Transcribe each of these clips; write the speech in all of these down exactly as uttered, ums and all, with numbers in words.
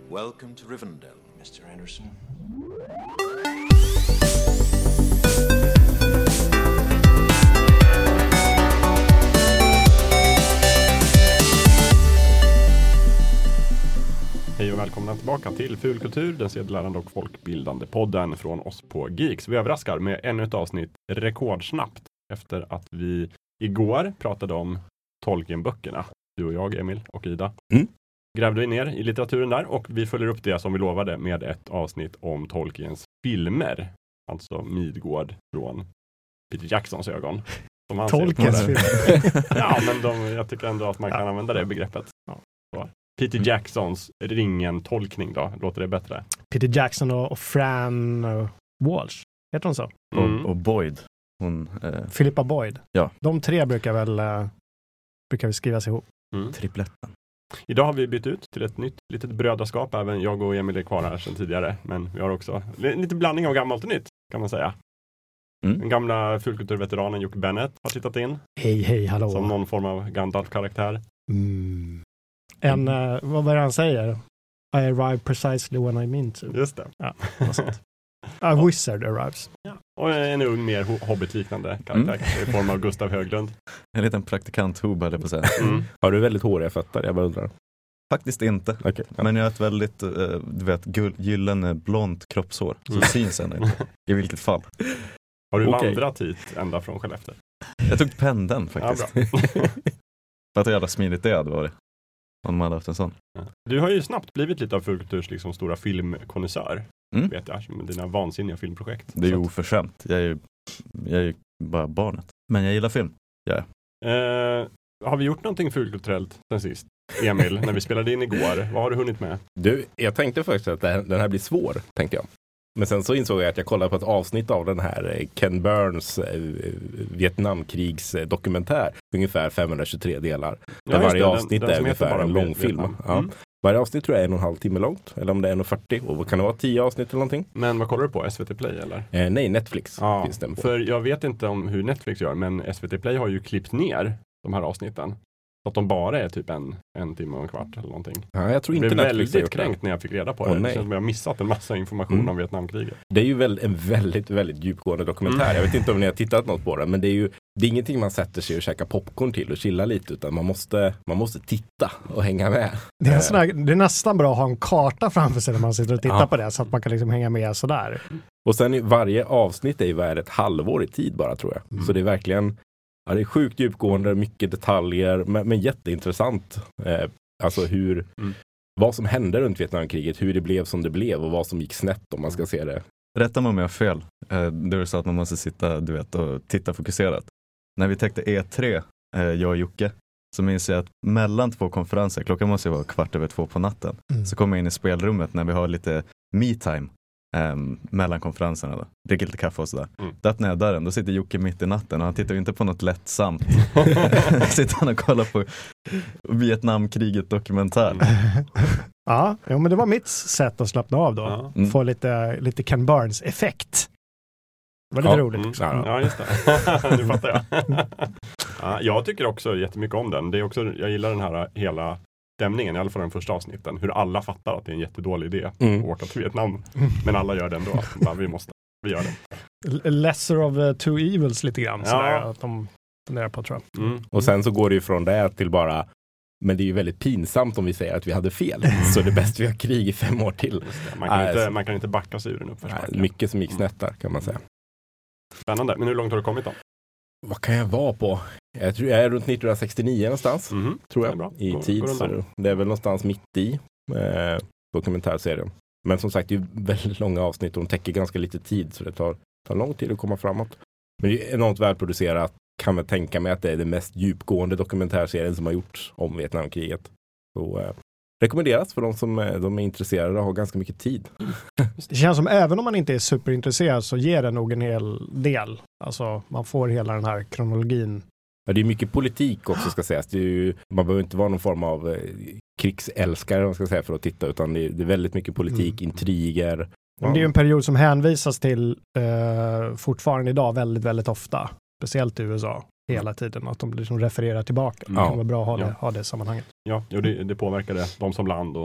Welcome to Rivendell, mister Anderson. Hej och välkomna tillbaka till Fulkultur, den sedelärande och folkbildande podden från oss på Geeks. Vi överraskar med ännu ett avsnitt rekordsnabbt efter att vi igår pratade om Tolkien-böckerna. Du och jag, Emil och Ida. Mm. Grävde vi ner i litteraturen där och vi följer upp det som vi lovade med ett avsnitt om Tolkiens filmer. Alltså Midgård från Peter Jacksons ögon. Tolkiens filmer? Ja, men de, jag tycker ändå att man kan ja. använda det begreppet. Ja. Så. Peter Jacksons ringen-tolkning då, låter det bättre? Peter Jackson och, och Fran uh, Walsh, heter hon så? Mm. Och, och Boyd. Hon, eh... Philippa Boyd. Ja. De tre brukar väl uh, brukar vi skrivas ihop. Mm. Tripletten. Idag har vi bytt ut till ett nytt litet brödraskap. Även jag och Emil är kvar här sedan tidigare. Men vi har också lite blandning av gammalt och nytt, kan man säga. Mm. Den gamla fulkulturveteranen Jocke Bennett har tittat in. Hej, hej, hallå. Som någon form av Gandalf-karaktär. Mm. En, uh, vad var det han säger? I arrive precisely when I mean to. Just det. Ja, A wizard arrives. Ja. Och en ung, mer hobbit-liknande karaktär. Mm. I form av Gustav Höglund. En liten praktikant hubba, det på sig. Mm. Har du väldigt håriga fötter? Jag bara undrar. Faktiskt inte. Okay. Ja. Men jag har ett väldigt, uh, du vet, gull, gyllene blont kroppshår. Så mm. syns ändå inte. I vilket fall. Har du okay. vandrat hit ända från Skellefteå? Jag tog pendeln faktiskt. Ja, för att jävla smidigt det hade varit. Om man hade haft en sån. Ja. Du har ju snabbt blivit lite av Fulkulturs liksom stora filmkonnässör. Mm. Vet jag, med dina vansinniga filmprojekt. Det är ju oförskämt. Jag är ju jag är ju bara barnet. Men jag gillar film. Ja. Eh, har vi gjort någonting fulkulturellt sen sist? Emil, när vi spelade in igår. Vad har du hunnit med? Du, jag tänkte först att den här blir svår, tänkte jag. Men sen så insåg jag att jag kollade på ett avsnitt av den här Ken Burns eh, Vietnamkrigsdokumentär. Ungefär femhundratjugotre delar. Ja, där varje det, avsnitt den, den är ungefär en långfilm. Ja. Mm. Varje avsnitt tror jag är en och en halv timme långt. Eller om det är en och fyrtio. Och vad kan det vara? Tio avsnitt eller någonting? Men vad kollar du på? S V T Play eller? Eh, nej, Netflix ja, finns den på. För jag vet inte om hur Netflix gör. Men S V T Play har ju klippt ner de här avsnitten. Så att de bara är typ en, en timme och en kvart eller någonting. Ja, jag tror inte jag blev Netflix väldigt kränkt när jag fick reda på det. Oh, det känns som jag har missat en massa information mm. om Vietnamkriget. Det är ju väl en väldigt, väldigt djupgående dokumentär. Mm. Jag vet inte om ni har tittat något på det. Men det är ju det är ingenting man sätter sig och käkar popcorn till och chilla lite. Utan man måste, man måste titta och hänga med. Det är, sådär, det är nästan bra att ha en karta framför sig när man sitter och tittar ja. på det. Så att man kan liksom hänga med sådär. Och sen i varje avsnitt är ju värd ett halvår i tid bara, tror jag. Mm. Så det är verkligen... Ja, det är sjukt djupgående, mycket detaljer, men, men jätteintressant. Eh, alltså hur, mm. vad som hände runt Vietnamkriget, hur det blev som det blev och vad som gick snett om man ska se det. Rätta mig om jag har fel. Eh, det är så att man måste sitta, du vet, och titta fokuserat. När vi täckte E tre, eh, jag och Jocke, så minns jag att mellan två konferenser, klockan måste vara kvart över två på natten, mm. så kommer jag in i spelrummet när vi har lite me-time. Um, mellan konferenserna då. Dricker lite kaffe och sådär. Mm. Då öppnar jag dörren, då sitter Jocke mitt i natten och han tittar ju inte på något lättsamt. Sitter han och kollar på Vietnamkriget dokumentär. Mm. Ja, ja, men det var mitt sätt att slappna av då. Mm. Få lite, lite Ken Burns effekt. Det var lite ja, roligt. Mm, ja, ja, just det. Nu fattar jag. Ja, jag tycker också jättemycket om den. Det är också, jag gillar den här hela stämningen, i alla fall den första avsnitten. Hur alla fattar att det är en jättedålig idé mm. att åka till Vietnam. Men alla gör det ändå. Ja, vi måste. Vi gör det. Lesser of uh, two evils lite grann. Ja. Sådär, att de funderar på, tror jag. Mm. Och sen så går det ju från det till bara... Men det är ju väldigt pinsamt om vi säger att vi hade fel. Så det är bäst vi har krig i fem år till. Man kan, äh, inte, man kan inte backa sig ur den uppförsbacken. Mycket som gick snett där, kan man säga. Spännande. Men hur långt har du kommit då? Vad kan jag vara på? Jag tror jag är runt nittonhundrasextionio någonstans, mm-hmm. tror jag, i går, tid. Går så det är väl någonstans mitt i eh, dokumentärserien. Men som sagt, det är väldigt långa avsnitt och de täcker ganska lite tid, så det tar, tar lång tid att komma framåt. Men det är enormt välproducerat. Kan man tänka mig att det är den mest djupgående dokumentärserien som har gjorts om Vietnamkriget. Så eh, rekommenderas för de som eh, de är intresserade och har ganska mycket tid. Det känns som även om man inte är superintresserad så ger det nog en hel del. Alltså man får hela den här kronologin. Ja, det är mycket politik också, ska sägas. Det är ju, man behöver inte vara någon form av eh, krigsälskare, man ska säga, för att titta, utan det är, det är väldigt mycket politik, mm. intriger. Men det är ju en period som hänvisas till eh, fortfarande idag väldigt, väldigt ofta. Speciellt i U S A. Hela tiden. Att de liksom refererar tillbaka. Det kan vara bra att ha det, ja. ha det sammanhanget. Ja, jo, det, det påverkade dem som land och oss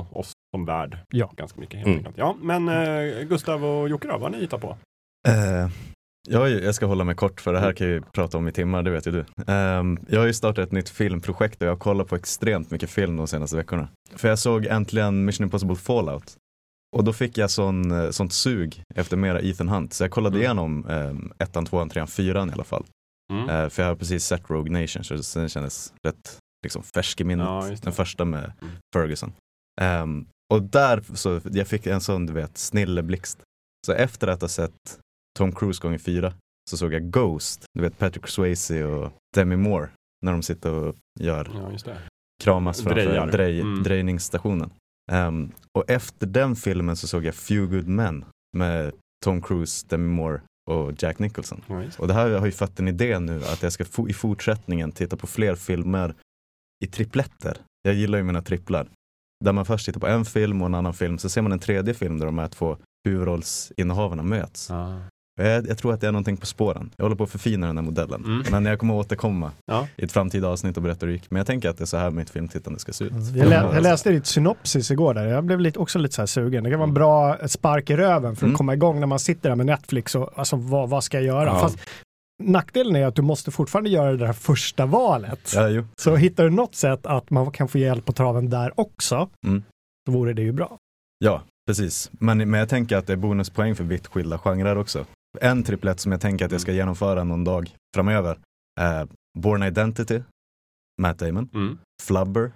som värd ja. ganska mycket helt mm. enkelt. Ja, men eh, Gustav och Jocke då, vad ni hittar på? Uh, jag, jag ska hålla mig kort för det här kan jag ju prata om i timmar, det vet ju du. Um, jag har ju startat ett nytt filmprojekt och jag har kollat på extremt mycket film de senaste veckorna. För jag såg äntligen Mission Impossible Fallout. Och då fick jag sån, sånt sug efter mera Ethan Hunt. Så jag kollade mm. igenom um, ettan, tvåan, trean, fyran i alla fall. Mm. Uh, för jag har precis sett Rogue Nation så den kändes rätt liksom, färsk i minnet. Ja, den första med mm. Ferguson. Um, och där så jag fick en sån, du vet, snilleblixt. Så efter att ha sett Tom Cruise gånger fyra så såg jag Ghost. Du vet Patrick Swayze och Demi Moore när de sitter och gör ja, just det. kramas framför drej, mm. drejningsstationen. Um, och efter den filmen så såg jag Few Good Men med Tom Cruise, Demi Moore och Jack Nicholson. Ja, och det här har ju fått en idé nu att jag ska få, i fortsättningen titta på fler filmer i tripletter. Jag gillar ju mina tripplar. Där man först tittar på en film och en annan film så ser man en tredje film där de här två huvudrollsinnehavarna möts. Ah. Jag, jag tror att det är någonting på spåren. Jag håller på att förfina den här modellen. Mm. Men jag kommer att återkomma ja. i ett framtida avsnitt och berätta hur det gick. Men jag tänker att det är så här mitt filmtittande ska se ut. Mm. Jag, lä- jag läste ditt synopsis igår där. Jag blev lite, också lite så här sugen. Det kan vara en bra spark i röven för att mm. komma igång när man sitter där med Netflix och alltså vad, vad ska jag göra? Ja. Fast nackdelen är att du måste fortfarande göra det här första valet. Ja, jo. Så hittar du något sätt att man kan få hjälp på traven där också mm. så vore det ju bra. Ja, precis. Men, men jag tänker att det är bonuspoäng för vitt skilda genrer också. En triplett som jag tänker att jag ska genomföra någon dag framöver är Born Identity, Matt Damon, mm. Flubber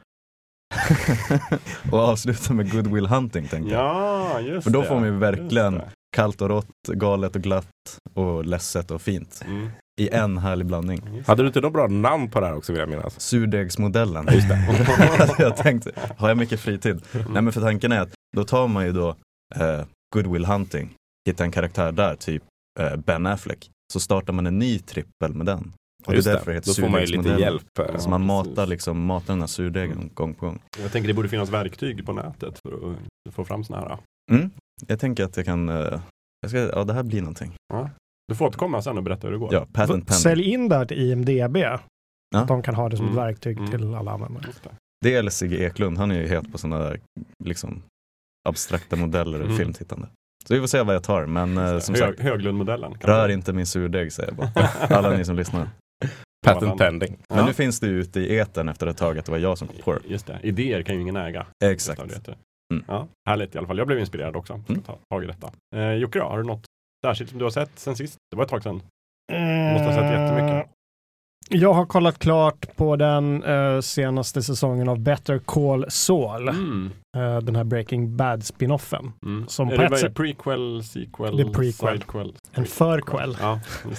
och avsluta med Good Will Hunting, tänker jag. Ja, just för då det. får man ju verkligen kallt och rått, galet och glatt och ledset och fint. Mm. I en härlig blandning. Hade du inte något bra namn på det här också, vill jag minnas? Surdegsmodellen. Just det. Jag tänkte, har jag mycket fritid? Mm. Nej, men för tanken är att då tar man ju då uh, Good Will Hunting, hittar en karaktär där, typ uh, Ben Affleck. Så startar man en ny trippel med den. Och just det är därför det. Då får man ju lite hjälp. Ja, så man matar, liksom, matar den här surdegen mm. gång på gång. Jag tänker det borde finnas verktyg på nätet för att få fram såna här. Mm. Jag tänker att jag kan... Uh, jag ska, ja, det här blir någonting. Ja. Du får återkomma sen och berätta hur det går. Ja, patent pending. Sälj in där till I M D B. Ja. Att de kan ha det som mm. ett verktyg mm. till alla användare. Det. det är L C G Eklund. Han är ju het på sådana där liksom, abstrakta modeller och mm. filmtittande. Så vi får se vad jag tar. Men uh, som Hög, sagt, Höglundmodellen. Rör inte min surdeg, säger jag bara. Alla ni som lyssnar. Patent pending. Men ja. Nu finns det ju ute i eten efter ett tag att det var jag som kom på det. Just det. Idéer kan ju ingen äga. Exakt. Mm. Ja, härligt i alla fall. Jag blev inspirerad också. Mm. Ta tag i detta. Eh, Jocke, har du något särskilt som du har sett sen sist? Det var ett tag sedan. Du måste ha sett jättemycket. Jag har kollat klart på den uh, senaste säsongen av Better Call Saul. Mm. Uh, den här Breaking Bad spinoffen. Mm. Som är det sätt... prequel, sequel, det är prequel. Sidequel? En förquel. Ja,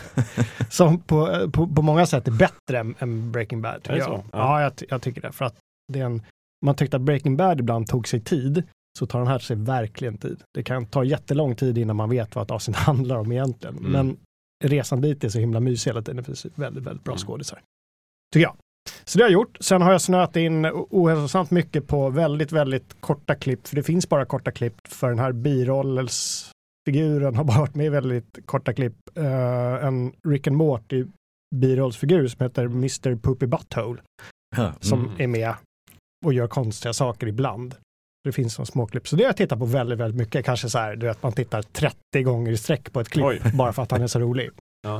som på, på, på många sätt är bättre än, än Breaking Bad. Är det ja, så? Ja, ja jag, jag tycker det. För att det är en, man tyckte att Breaking Bad ibland tog sig tid, så tar den här sig verkligen tid. Det kan ta jättelång tid innan man vet vad ett avsnitt handlar om egentligen. Mm. Men resan dit är så himla mysig hela tiden. Det finns väldigt, väldigt bra mm. skådisar. Tycker jag. Så det har jag gjort. Sen har jag snöat in ohälsosamt mycket på väldigt, väldigt korta klipp. För det finns bara korta klipp för den här birollsfiguren har bara varit med i väldigt korta klipp. Uh, en Rick and Morty birollsfigur som heter mister Poopy Butthole. Mm. Som är med och gör konstiga saker ibland. Det finns några små klipp. Så det har jag tittat på väldigt, väldigt mycket. Kanske så här, du vet, man tittar trettio gånger i sträck på ett klipp. Oj. Bara för att han är så rolig. Ja.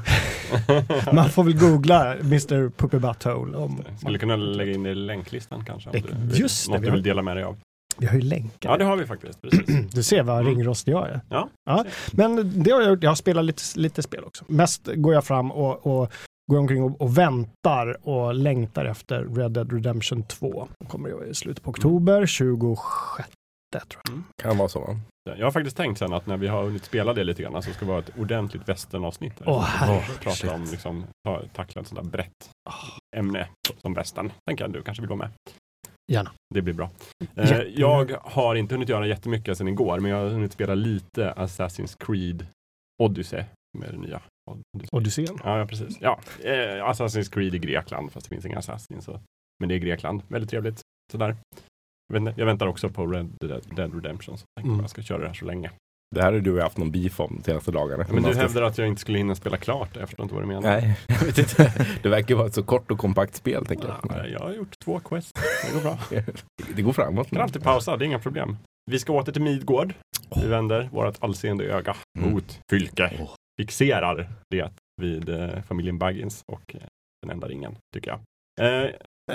Man får väl googla mister Poopy Butthole. Om skulle kunna lägga in det i länklistan kanske. Det, om du, just något det. du vill dela med dig av. Vi har ju länkar. Ja, det har vi faktiskt. Precis. Du ser vad mm. ringrost jag är. Ja, ja. Men det har jag gjort. Jag har spelat lite, lite spel också. Mest går jag fram och, och går omkring och, och väntar och längtar efter Red Dead Redemption två. Det kommer ju i slutet på oktober, tjugosjätte tror jag. Mm. Kan vara så. Jag har faktiskt tänkt sen att när vi har hunnit spela det lite grann så ska det vara ett ordentligt västernavsnitt. Åh, herre. Prata om, liksom, ta, tackla ett sådant där brett oh. ämne som västern. Tänker jag du kanske vill vara med. Gärna. Det blir bra. Eh, jag har inte hunnit göra jättemycket sen igår, men jag har hunnit spela lite Assassin's Creed Odyssey med det nya. Odysseen? Ja, precis. Ja, eh, Assassin's Creed i Grekland, fast det finns inga Assassin. Så. Men det är Grekland. Väldigt trevligt. Sådär. Jag väntar också på Red Dead Redemption, så jag tänkte mm. jag ska köra det här så länge. Det här har du haft någon beef om de senaste dagarna. Men du hävdar att jag inte skulle hinna spela klart. Jag förstår inte vad du menar. Nej, jag vet inte. Det verkar vara ett så kort och kompakt spel, tänker jag. Ja, jag har gjort två quest. Det går bra. Det går framåt. Kan alltid pausa, det är inga problem. vi ska åter till Midgård. Oh. Vi vänder vårt allseende öga mm. mot Fylke. Oh. Fixerar det vid eh, familjen Baggins och eh, den enda ringen, tycker jag. Eh,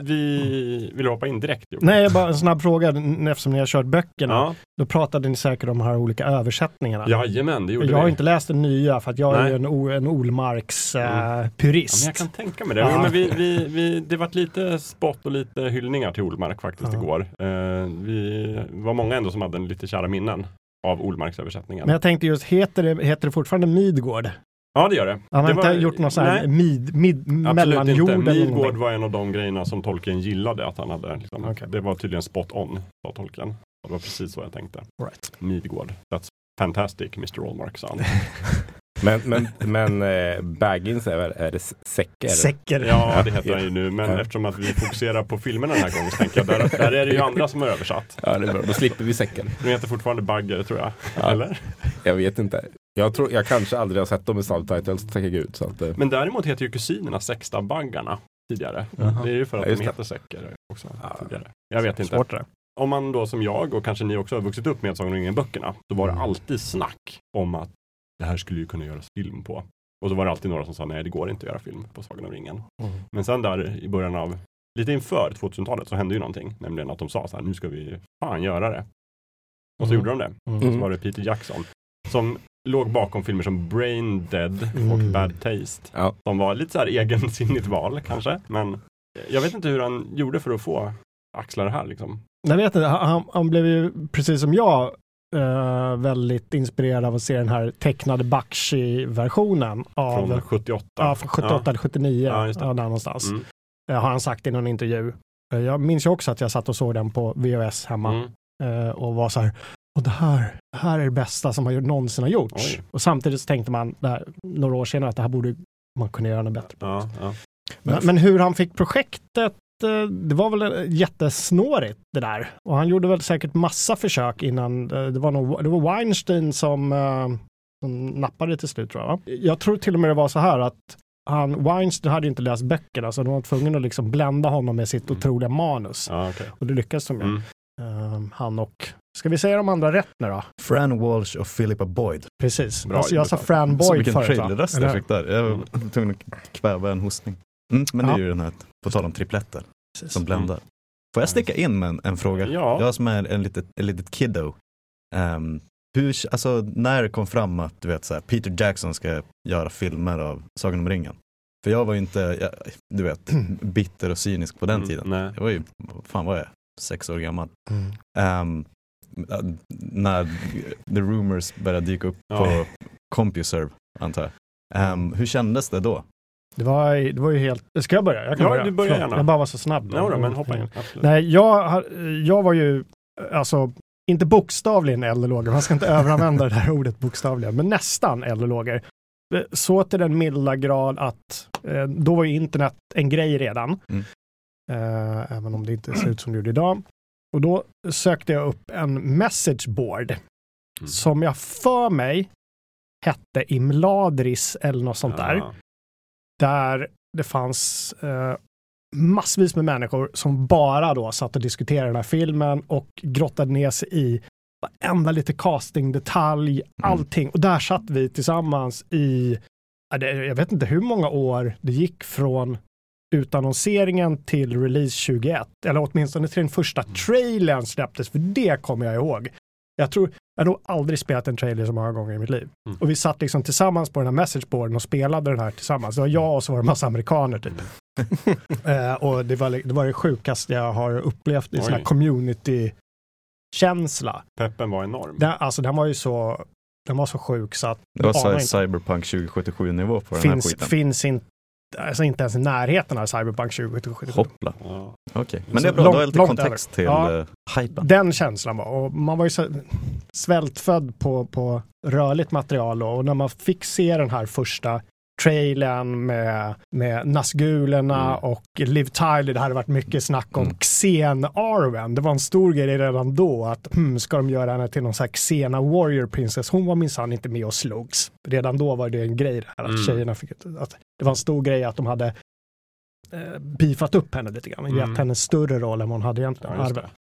vi vill hoppa in direkt. Jo. Nej, bara en snabb fråga. Eftersom ni har kört böckerna, ja. Då pratade ni säkert om de här olika översättningarna. Jajamän, det gjorde Jag har vi. inte läst den nya för att jag Nej. är en, o, en Olmarks mm. uh, purist. Ja, men jag kan tänka mig det. Ja. Men vi, vi, vi, det var lite spott och lite hyllningar till Olmark faktiskt ja. igår. Uh, vi var många ändå som hade en lite kära minnen av Olmarks översättningen. Men jag tänkte just, heter det, heter det fortfarande Midgård? Ja, det gör det. Han har det inte var, gjort någon sån här mid, mid, mellanjord inte. Midgård var en av de grejerna som Tolkien gillade att han hade. Liksom, okay. Det var tydligen spot on, sa Tolkien. Det var precis så jag tänkte. Right. Midgård. That's fantastic, mister Olmark, sa han. men men, men äh, Baggins är, väl, är det säcker? Säcker. Ja, det heter han ju nu. Men ja. eftersom att vi fokuserar på filmerna den här gången så tänker jag, där, där är det ju andra som har översatt. Ja, det är bra. Då slipper vi säcken. De heter fortfarande Bagger, tror jag. Ja. Eller? Jag vet inte. Jag tror jag kanske aldrig har sett dem i subtitles, tackar Gud. Så att, uh... Men däremot heter ju kusinerna Sexta Baggarna tidigare. Uh-huh. Det är ju för att ja, de heter säcker också ja. tidigare. Jag vet inte. Svårt det. Om man då som jag och kanske ni också har vuxit upp med Sagan om ringen-böckerna, så var det alltid snack om att det här skulle ju kunna göras film på. Och så var det alltid några som sa nej, det går inte att göra film på Sagan om ringen. Mm. Men sen där i början av, lite inför tvåtusentalet så hände ju någonting. Nämligen att de sa så här, nu ska vi fan göra det. Och så mm. gjorde de det. Mm. Och så var det Peter Jackson som låg bakom filmer som Brain Dead och mm. Bad Taste. Ja. Som var lite så här egensinnigt val kanske. Men jag vet inte hur han gjorde för att få axla det här liksom. Jag vet inte, han, han blev ju precis som jag Uh, väldigt inspirerad av att se den här tecknade Bakshi-versionen av från sjuttioåtta. Ja, från sjuttioåtta eller sjuttionio. Ja, ja, där någonstans. Mm. Uh, har han sagt i någon intervju. Uh, jag minns ju också att jag satt och såg den på V H S hemma mm. uh, och var så här, och det här, det här är det bästa som har någonsin har gjorts. Oj. Och samtidigt så tänkte man där, några år senare att det här borde man kunna göra något bättre. Ja, ja. Men, men hur han fick projektet, det var väl jättesnårigt det där. Och han gjorde väl säkert massa försök innan. Det var, nog, det var Weinstein som, uh, som nappade till slut, tror jag. Jag tror till och med det var så här att han, Weinstein hade inte läst böckerna, så de var tvungen att liksom blända honom med sitt mm. otroliga manus. Ah, okay. Och det lyckades de med. Mm. Uh, han och, ska vi säga de andra rätt nu då? Fran Walsh och Philippa Boyd. Precis. Bra, alltså, jag sa Fran Boyd förut. Vilken trailerröst jag fick där. Jag var tvungen att kväva en hostning. Mm, men ja. Det är ju den här, på tal om tripletter, precis. Som bländar. Mm. Får jag sticka in med en, en fråga? Ja. Jag som är en litet, en litet kiddo. Um, hur, alltså, när det kom fram att du vet, så här, Peter Jackson ska göra filmer av Sagan om ringen. För jag var ju inte, jag, du vet, bitter och cynisk på den mm, tiden. Nej. Jag var ju, fan vad är jag? Sex år gammal. Mm. Um, när the rumors började dyka upp ja. På CompuServe, antar jag. Um, hur kändes det då? Det var, det var ju helt... Ska jag börja? Jag kan ja, börja. du börjar gärna. Jag bara var så snabb. Då. No, men hoppa in. Absolut. Nej, jag, jag var ju... Alltså, inte bokstavligen eldlågor. Man ska inte överanvända det här ordet bokstavligen. Men nästan eldlågor. Så till den milda grad att... Eh, då var ju internet en grej redan. Mm. Eh, även om det inte ser ut som det gjorde idag. Och då sökte jag upp en messageboard. Mm. Som jag för mig hette Imladris eller något sånt där. Ja. Där det fanns eh, massvis med människor som bara då satt och diskuterade den här filmen och grottade ner sig i varenda lite castingdetalj, mm. allting. Och där satt vi tillsammans i, jag vet inte hur många år det gick från utannonseringen till release tjugoett. Eller åtminstone till den första trailern släpptes, för det kommer jag ihåg. Jag tror, jag har nog aldrig spelat en trailer så många gånger i mitt liv. Mm. Och vi satt liksom tillsammans på den här messageboarden och spelade den här tillsammans. Det var jag och så var det en massa amerikaner typ. uh, och det var, det var det sjukaste jag har upplevt i Oj. Sån här community-känsla. Peppen var enorm. Den, alltså den var ju så, den var så sjuk så att... Det var så Cyberpunk tjugo sjuttiosju-nivå på finns, den här skiten. Finns inte, alltså inte ens i närheten av Cyberpunk tjugo sjuttiosju. Hoppla. Ja. Okej, okay. Men det är bra, långt, då är lite kontext över. Till ja, uh, hypen. Den känslan var, och man var ju så svältfödd på, på rörligt material då, och när man fick se den här första trailern med, med Nazgulerna mm. och Liv Tyler, det hade varit mycket snack om mm. Xen Arwen. Det var en stor grej redan då att hmm, ska de göra henne till någon sån här Xena Warrior Princess? Hon var minsann inte med och slogs. Redan då var det en grej där, att mm. tjejerna fick ett, att det var en stor grej att de hade eh, beefat upp henne lite grann och mm. gett henne en större roll än hon hade egentligen. Ja,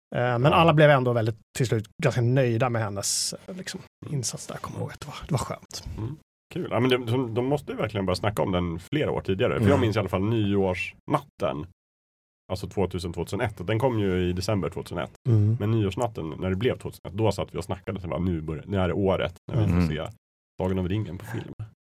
Eh, men alla blev ändå väldigt till slut ganska nöjda med hennes liksom, insats där. Kommer jag ihåg att det var, det var skönt. Mm. Kul. Ja, men de, de måste ju verkligen börja snacka om den flera år tidigare. För mm. jag minns i alla fall nyårsnatten. Alltså tvåtusen till tvåtusenett. Den kom ju i december tvåtusenett. Mm. Men nyårsnatten, när det blev tvåtusenett, då satt vi och snackade. Så nu, börjar, nu är det året när vi får mm. se Sagan om ringen på film.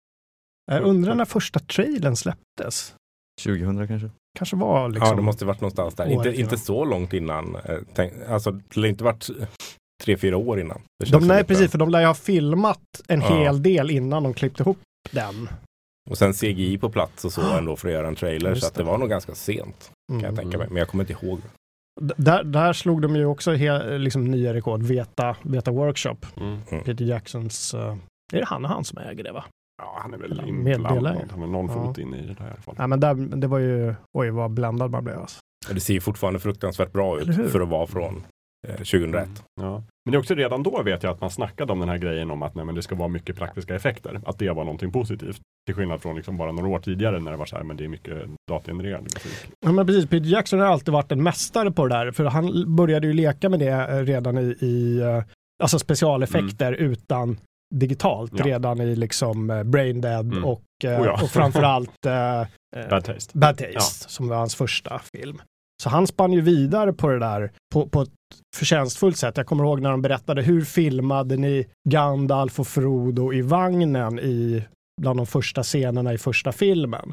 Jag undrar när första trailern släpptes. tjugohundra kanske? Kanske var liksom... Ja, det måste varit någonstans där. Inte, inte så långt innan. Tänk, alltså, det har inte varit tre, fyra år innan. De, nej, precis. För de lär ju ha filmat en ja. hel del innan de klippte ihop den. Och sen C G I på plats och så ändå för att göra en trailer. Just så att det var nog ganska sent, kan mm. jag tänka mig. Men jag kommer inte ihåg. D- där, där slog de ju också he- liksom nya rekord. Veta, Veta Workshop. Mm. Peter Jacksons... Uh, är det han och han som äger det, va? Ja, han är väl inblandad. Han har någon ja. fot in i det där i alla fall. Ja, men där, det var ju... Oj, vad bländad man blev. Alltså. Det ser ju fortfarande fruktansvärt bra ut för att vara från eh, tjugohundraett. Mm. Ja. Men det är också redan då vet jag att man snackade om den här grejen om att nej, men det ska vara mycket praktiska effekter. Att det var någonting positivt. Till skillnad från liksom bara några år tidigare när det var så här, men det är mycket datagenererande musik. Ja, men precis. Peter Jackson har alltid varit en mästare på det där. För han började ju leka med det redan i, i alltså specialeffekter mm. utan digitalt. Ja. Redan i liksom Brain Dead mm. och, oh ja. och framförallt uh, Bad Taste, Bad Taste ja. som var hans första film. Så han spann ju vidare på det där på, på ett förtjänstfullt sätt. Jag kommer ihåg när de berättade hur filmade ni Gandalf och Frodo i vagnen i bland de första scenerna i första filmen.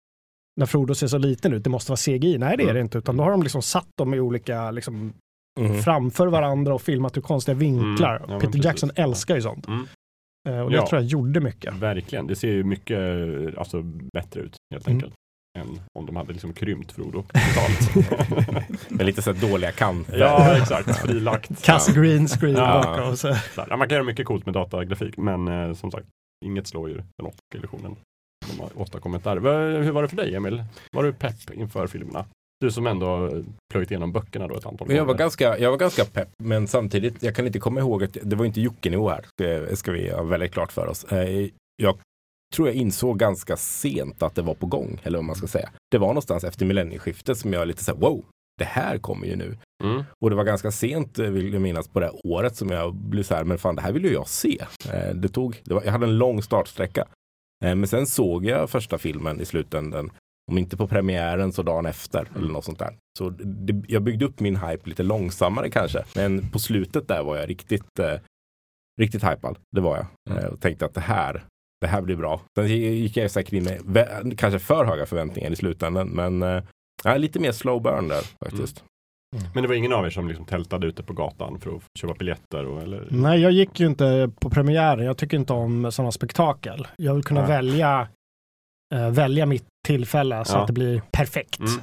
När Frodo ser så liten ut, det måste vara C G I. Nej, det är det inte. Utan då har de liksom satt dem i olika liksom, mm. framför varandra och filmat ur konstiga vinklar. Mm. Ja, Peter Jackson älskar ju sånt. Mm. Uh, och det ja. tror jag gjorde mycket. Verkligen. Det ser ju mycket alltså, bättre ut, helt mm. enkelt. Än om de hade liksom krympt Frodo totalt. Med lite så dåliga kanter. Ja, exakt. Frilagt. Kass green screen ja. bakom. Så. Ja, man kan göra mycket coolt med datagrafik, men eh, som sagt, inget slår ju den optiska illusionen de har åstadkommit där. Hur var det för dig, Emil? Var du pepp inför filmerna? Du som ändå plöjt igenom böckerna då ett antal gånger. Jag var ganska, jag var ganska pepp, men samtidigt, jag kan inte komma ihåg att det var inte Jocke-nivå här. Det ska vi ha väldigt klart för oss. Jag tror jag insåg ganska sent att det var på gång, eller vad man ska säga. Det var någonstans efter millennieskiftet som jag lite så här, wow, det här kommer ju nu. Mm. Och det var ganska sent, vill jag minnas, på det här året som jag blev så här, men fan, det här vill ju jag se. Det tog, det var, jag hade en lång startsträcka. Men sen såg jag första filmen i slutändan, om inte på premiären så dagen efter mm. eller något sånt där. Så det, jag byggde upp min hype lite långsammare kanske. Men på slutet där var jag riktigt eh, riktigt hypad. Det var jag. Mm. Eh, och tänkte att det här det här blir bra. Sen gick jag säkert in med vä- kanske för höga förväntningar i slutändan. Men eh, lite mer slow burn där faktiskt. Mm. Mm. Men det var ingen av er som liksom tältade ute på gatan för att köpa biljetter? Och, eller? Nej, jag gick ju inte på premiären. Jag tycker inte om sådana spektakel. Jag vill kunna ja. välja äh, välja mitt tillfälle så ja. att det blir perfekt. Mm.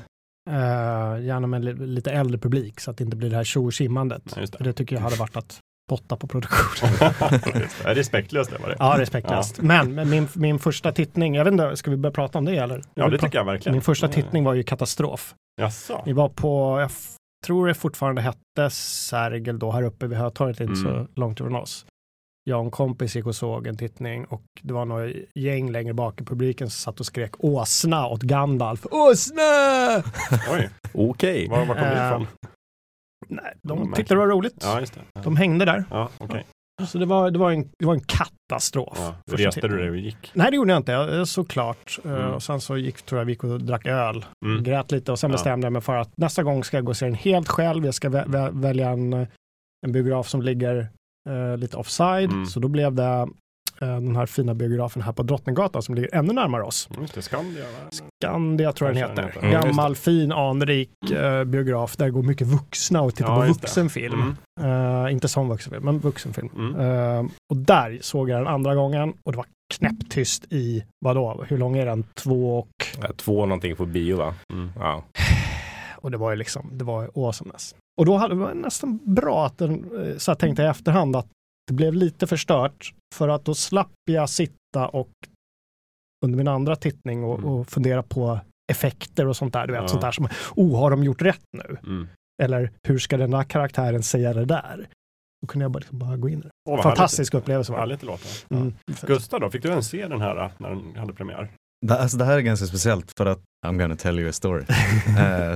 Uh, gärna med en lite äldre publik så att det inte blir det här tjo-simmandet. Ja, det. För det tycker jag hade varit att botta på produktionen. Det är respektlöst det var det. Ja, respektlöst. Ja. Men, men min, min första tittning, jag vet inte, ska vi börja prata om det eller? Ja, det tycker jag verkligen. Min första tittning var ju katastrof. Jaså? Vi var på, jag f- tror det fortfarande hette Sergel då, här uppe vid Hötorget, inte mm. så långt ifrån oss. Jag och en kompis gick och såg en tittning och det var några gäng längre bak i publiken som satt och skrek åsna åt Gandalf. Åsna! Oj, okej. Okay. Var, var kom det ifrån? Nej, de tyckte det var roligt. Ja, just det. Ja. De hängde där. Ja, okej. Okay. Så det var, det var, en, det var en katastrof. Ja, reste du det och gick? Nej, det gjorde jag inte. Jag, såklart. Mm. Uh, och sen så gick, tror jag vi gick och drack öl. Mm. Grät lite och sen ja. bestämde jag mig för att nästa gång ska jag gå och se den helt själv. Jag ska vä- vä- välja en, en biograf som ligger uh, lite offside. Mm. Så då blev det den här fina biografen här på Drottninggatan som ligger ännu närmare oss. Just det, Skandia. Skandia tror jag den heter. Mm, Gammal, fin, anrik uh, biograf där det går mycket vuxna och tittar ja, på vuxenfilm. Mm. Uh, inte som vuxenfilm, men vuxenfilm. Mm. Uh, och där såg jag den andra gången och det var knäpptyst i, vadå, hur lång är den? Två och... Ja, två någonting på bio va? Mm. Ja. Och det var ju liksom, det var awesomeness. Och då hade det var nästan bra att den, så jag tänkte i efterhand att det blev lite förstört för att då slapp jag sitta och under min andra tittning och, mm. och fundera på effekter och sånt där. Du vet, ja. sånt där som, oh, har de gjort rätt nu? Mm. Eller hur ska den där karaktären säga det där? Då kunde jag bara, liksom bara gå in i det. Oh, Fantastisk härligt. upplevelse. Härligt att låta. Ja. Mm. Gustav då, fick du ens se den här när den hade premiär? Det, alltså, det här är ganska speciellt för att I'm gonna tell you a story. uh,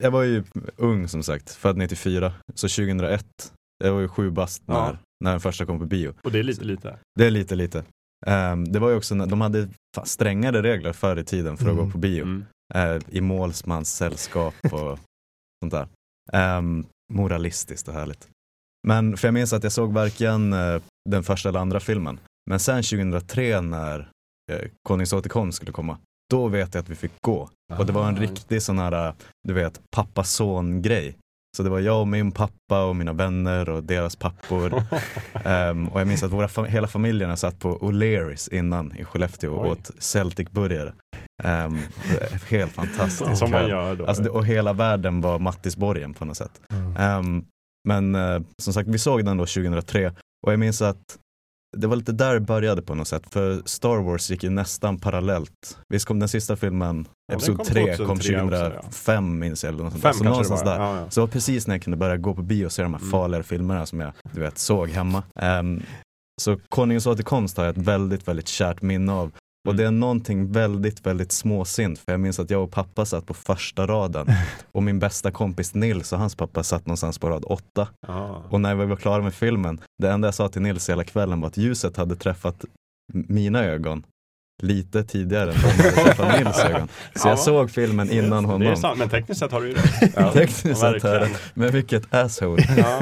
jag var ju ung som sagt, född nittiofyra. Så tjugohundraett, jag var ju sju bast när, ja. när den första kom på bio. Och det är lite lite? Det är lite lite. Um, det var ju också, de hade strängare regler förr i tiden för att mm. gå på bio. Mm. Uh, I målsmans sällskap och sånt där. Um, moralistiskt och härligt. Men för jag minns att jag såg varken uh, den första eller andra filmen. Men sen tjugohundratre när uh, Konungsåterkom skulle komma, då vet jag att vi fick gå. Aha. Och det var en riktig sån här, du vet, pappa-son-grej. Så det var jag och min pappa och mina vänner och deras pappor. um, och jag minns att våra fam- hela familjerna satt på O'Learys innan i Skellefteå och Oj. åt Celtic-burgare. Um, helt fantastiskt. Som man gör då. Alltså, det, och hela världen var Mattisborgen på något sätt. Mm. Um, men uh, som sagt, vi såg den då tjugohundratre. Och jag minns att det var lite där det började på något sätt. För Star Wars gick ju nästan parallellt. Visst kom den sista filmen, ja, episod kom tre, kom tjugohundrafem ja. minns jag. Eller något sånt Fem, så någonstans där. Ja, ja. Så det var precis när jag kunde börja gå på bio och se de här mm. farligare filmerna som jag du vet, såg hemma. Um, så Konungens återkomst har jag ett väldigt, väldigt kärt minne av. Och mm. det är någonting väldigt, väldigt småsint. För jag minns att jag och pappa satt på första raden. Och min bästa kompis Nils och hans pappa satt någonstans på rad åtta. Ah. Och när vi var klara med filmen, det enda jag sa till Nils hela kvällen var att ljuset hade träffat mina ögon lite tidigare än de hade träffat Nils ögon. Så jag såg filmen innan honom. Det är sant, men tekniskt sett har du ju det. Ja, tekniskt sett har det. Men vilket asshole. Ja.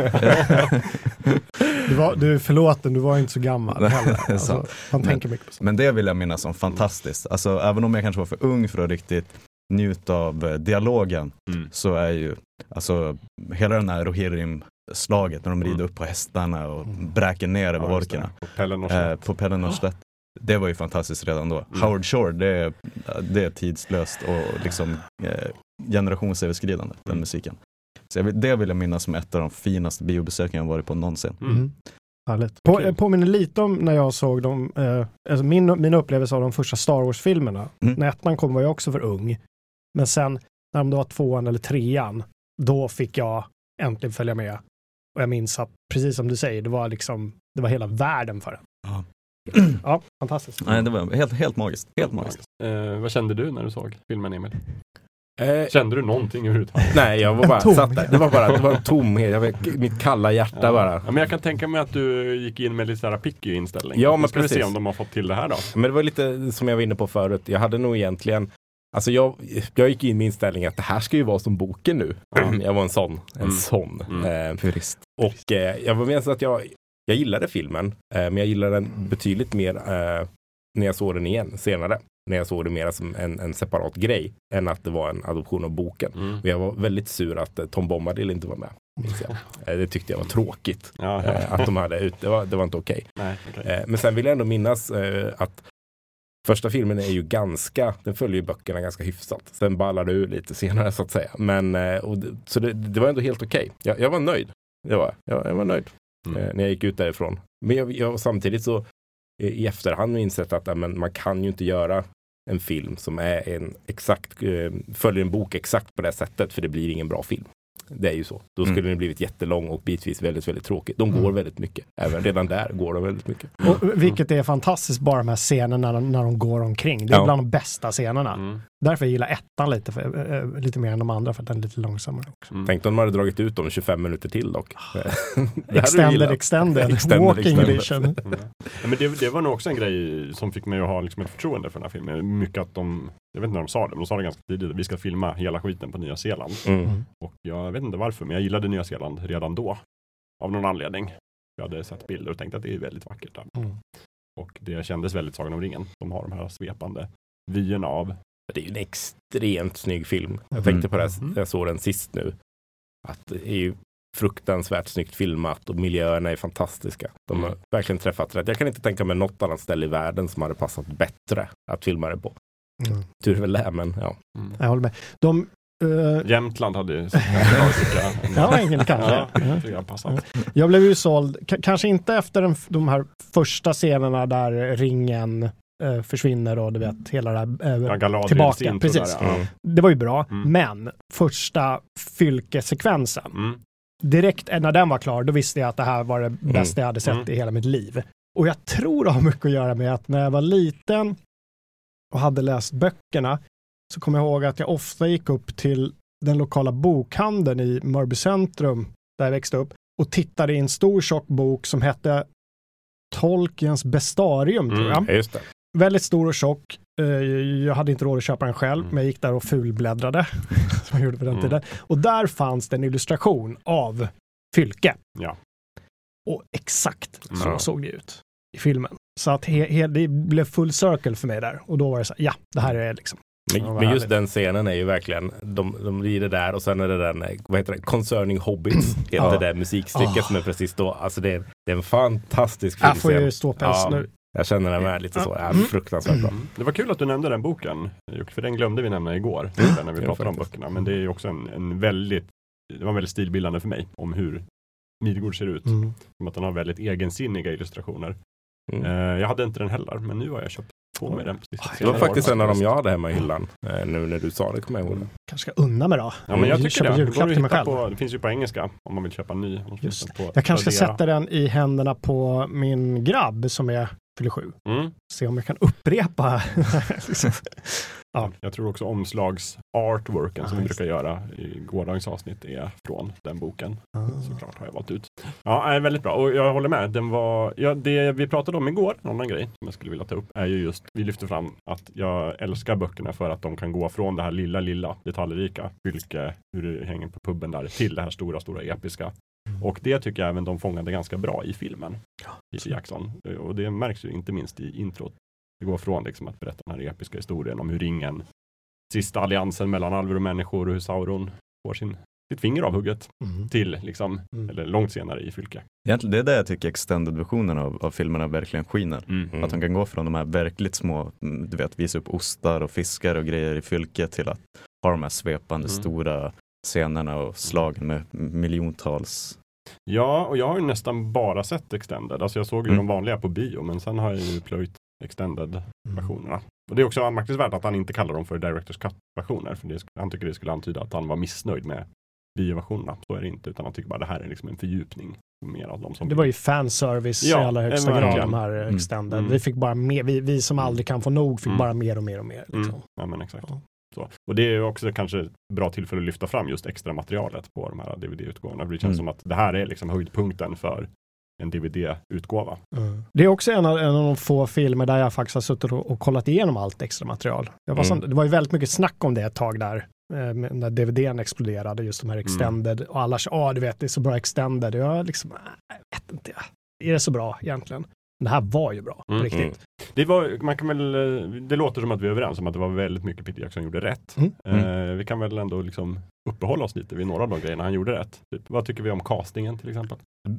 Du, var, du är förlåten, du var inte så gammal heller. Alltså, man men, tänker mycket på så. Men det vill jag minnas som fantastiskt. Alltså, även om jag kanske var för ung för att riktigt njuta av eh, dialogen mm. så är ju alltså, hela den här Rohirrim-slaget när de rider mm. upp på hästarna och mm. bräker ner över ja, orkerna. På Pelennor På Pelennor Slätt. Det var ju fantastiskt redan då. Mm. Howard Shore, det är, det är tidslöst och liksom eh, generationsöverskridande, den musiken. Så jag, det vill jag minnas som ett av de finaste biobesöken jag varit på någonsin. Mm. Härligt. På, okay. Påminner lite om när jag såg dem, eh, alltså min, min upplevelse av de första Star Wars-filmerna. Mm. När ettan kom var jag också för ung. Men sen när de då var tvåan eller trean, då fick jag äntligen följa med. Och jag minns att, precis som du säger, det var liksom, det var hela världen för den. Ja. Ja, fantastiskt. Nej, det var helt, helt magiskt. Helt magiskt. Eh, vad kände du när du såg filmen, Emil? Eh, Kände du någonting överhuvudtaget? Nej, jag var bara satt där. Det var bara det var en tomhet. Jag vet, mitt kalla hjärta ja. bara. Ja, men jag kan tänka mig att du gick in med lite så här picky inställning. Ja, men ska precis. vi se om de har fått till det här då. Men det var lite som jag var inne på förut. Jag hade nog egentligen alltså jag, jag gick in med inställningen att det här ska ju vara som boken nu. Mm. Jag var en sån. En mm. sån. Mm. Eh, Purist. Och eh, jag var med så att jag Jag gillade filmen, eh, men jag gillade den betydligt mer eh, när jag såg den igen senare. När jag såg det mer som en, en separat grej än att det var en adoption av boken. Mm. Och jag var väldigt sur att eh, Tom Bombadil inte var med. eh, det tyckte jag var tråkigt. Ja, ja. Eh, att de hade ut, det var, det var inte okej. Okay. Okay. Eh, men sen vill jag ändå minnas eh, att första filmen är ju ganska, den följer ju böckerna ganska hyfsat. Sen ballar det ur lite senare så att säga. Men, eh, och det, så det, det var ändå helt okej. Okay. Jag, jag var nöjd. Det var, jag, jag var nöjd. Mm. Eh, när jag gick ut därifrån. Men jag, jag samtidigt så eh, i efterhand insett att äh, men man kan ju inte göra en film som är en exakt eh, följer en bok exakt på det sättet, för det blir ingen bra film. Det är ju så. Då skulle mm. den blivit jättelång och bitvis väldigt, väldigt tråkig. De går mm. väldigt mycket. Även redan där går de väldigt mycket. Och, vilket är fantastiskt bara de här scenerna när de, när de går omkring. Det är ja. bland de bästa scenerna. Mm. Därför jag gillar ettan lite, för, äh, lite mer än de andra, för att den är lite långsammare också. Mm. Tänk om de hade dragit ut dem tjugofem minuter till dock. extended, extended, extended. Walking edition. Mm. Ja, men det, det var nog också en grej som fick mig att ha liksom ett förtroende för den här filmen. Mycket att de, jag vet inte när de sa det, men de sa det ganska tidigt. Vi ska filma hela skiten på Nya Zeeland. Mm. Och jag vet inte varför, men jag gillade Nya Zeeland redan då. Av någon anledning. Jag hade sett bilder och tänkte att det är väldigt vackert där. Mm. Och det kändes väldigt Sagan om ringen. De har de här svepande vyerna av. Det är ju en extremt snygg film. Jag tänkte på det, jag såg den sist nu. Att det är ju fruktansvärt snyggt filmat och miljöerna är fantastiska. De har mm. verkligen träffat rätt. Jag kan inte tänka mig något annat ställe i världen som hade passat bättre att filma det på. Mm. Tur väl det, men ja. Mm. Jag håller med. De, uh... Jämtland hade ju ja, ingen kanske. Ja, jag, jag blev ju såld, k- kanske inte efter den, de här första scenerna där ringen uh, försvinner och du vet, hela det här uh, ja, tillbaka. Precis. Där, ja. Det var ju bra, mm. men första fylkesekvensen mm. direkt när den var klar, då visste jag att det här var det bästa mm. jag hade sett mm. i hela mitt liv. Och jag tror det har mycket att göra med att när jag var liten och hade läst böckerna, så kommer jag ihåg att jag ofta gick upp till den lokala bokhandeln i Mörby centrum där jag växte upp och tittade i en stor tjock bok som hette Tolkiens Bestarium, tror jag. Mm, just det. Väldigt stor och tjock. Jag hade inte råd att köpa den själv, mm. men jag gick där och fulbläddrade som jag gjorde på den mm. tiden. Och där fanns det en illustration av Fylke. Ja. Och exakt så mm. såg det ut i filmen. Så att he- he- det blev full circle för mig där. Och då var det så här, ja, det här är liksom. Men, men just den scenen är ju verkligen, de, de rider där och sen är det den, vad heter det, Concerning Hobbits, heter ja. det där musikstycket oh. som är precis då. Alltså det är, det är en fantastisk film. Jag får ju ståpäls ja. nu. Jag känner det med lite så. Ja, fruktansvärt bra. Mm. Det var kul att du nämnde den boken, för den glömde vi nämna igår mm. när vi pratade om böckerna. Men det är ju också en, en väldigt, det var väldigt stilbildande för mig om hur Midgård ser ut. Mm. Som att den har väldigt egensinniga illustrationer. Mm. Uh, jag hade inte den heller, men nu har jag köpt på mig den. Precis. Det var faktiskt en av dem jag hade hemma i hyllan. Uh, nu när du sa det, kommer jag ihåg det. Kanske ska unna mig då. Ja, men jag tycker det. Det, går att på, det finns ju på engelska om man vill köpa en ny. På jag kanske ska sätta den i händerna på min grabb som är fyller sju. Mm. Se om jag kan upprepa. ja. Jag tror också omslags-artworken ah, som vi brukar göra i gårdagens avsnitt är från den boken. Ah. Såklart har jag valt ut. Ja, är väldigt bra. Och jag håller med. Den var, ja, det vi pratade om igår, en annan grej som jag skulle vilja ta upp, är ju just, vi lyfter fram att jag älskar böckerna för att de kan gå från det här lilla, lilla detaljrika, Fylke, hur det hänger på pubben där, till det här stora, stora episka. Mm. Och det tycker jag även de fångade ganska bra i filmen. Ja, Peter Jackson. Och det märks ju inte minst i introt. Det går från liksom att berätta den här episka historien om hur ringen, sista alliansen mellan alver och människor och hur Sauron får sin, sitt finger avhugget mm. till liksom, mm. eller långt senare i Fylke. Egentligen det är det jag tycker extended-versionen av, av filmerna verkligen skiner. Mm. Att de kan gå från de här verkligt små, du vet, visa upp ostar och fiskar och grejer i Fylke till att ha de här svepande mm. stora scenerna och slagen med miljontals. Ja, och jag har ju nästan bara sett extended. Alltså jag såg ju mm. de vanliga på bio, men sen har jag ju plöjt extended-versionerna. Mm. Och det är också anmärkningsvärt att han inte kallar dem för Director's Cut-versioner. För det, han tycker det skulle antyda att han var missnöjd med bioversionerna. Så är det inte, utan han tycker bara det här är liksom en fördjupning. Mer av dem som det var ju fanservice ja, i allra högsta grad, de här extended. Mm. Vi fick bara mer, vi, vi som aldrig kan få nog fick mm. bara mer och mer och mer. Liksom. Mm. Ja, men exakt. Ja. Så. Och det är ju också kanske ett bra tillfälle att lyfta fram just extra materialet på de här D V D-utgåvorna. Det känns mm. som att det här är liksom höjdpunkten för en D V D-utgåva. Mm. Det är också en av, en av de få filmer där jag faktiskt har suttit och, och kollat igenom allt extra material. Jag var mm. som, det var ju väldigt mycket snack om det ett tag där. Eh, när D V D:n exploderade, just de här extended. Mm. Och alla sa, ja ah, du vet, det är så bra extended. Jag liksom, jag vet inte, är det så bra egentligen? Det här var ju bra, mm, riktigt. Mm. Det, var, man kan väl, det låter som att vi är överens om att det var väldigt mycket Peter Jackson gjorde rätt. Mm. Mm. Eh, vi kan väl ändå liksom uppehålla oss lite vid några av de grejerna han gjorde rätt. Typ, vad tycker vi om castingen till exempel?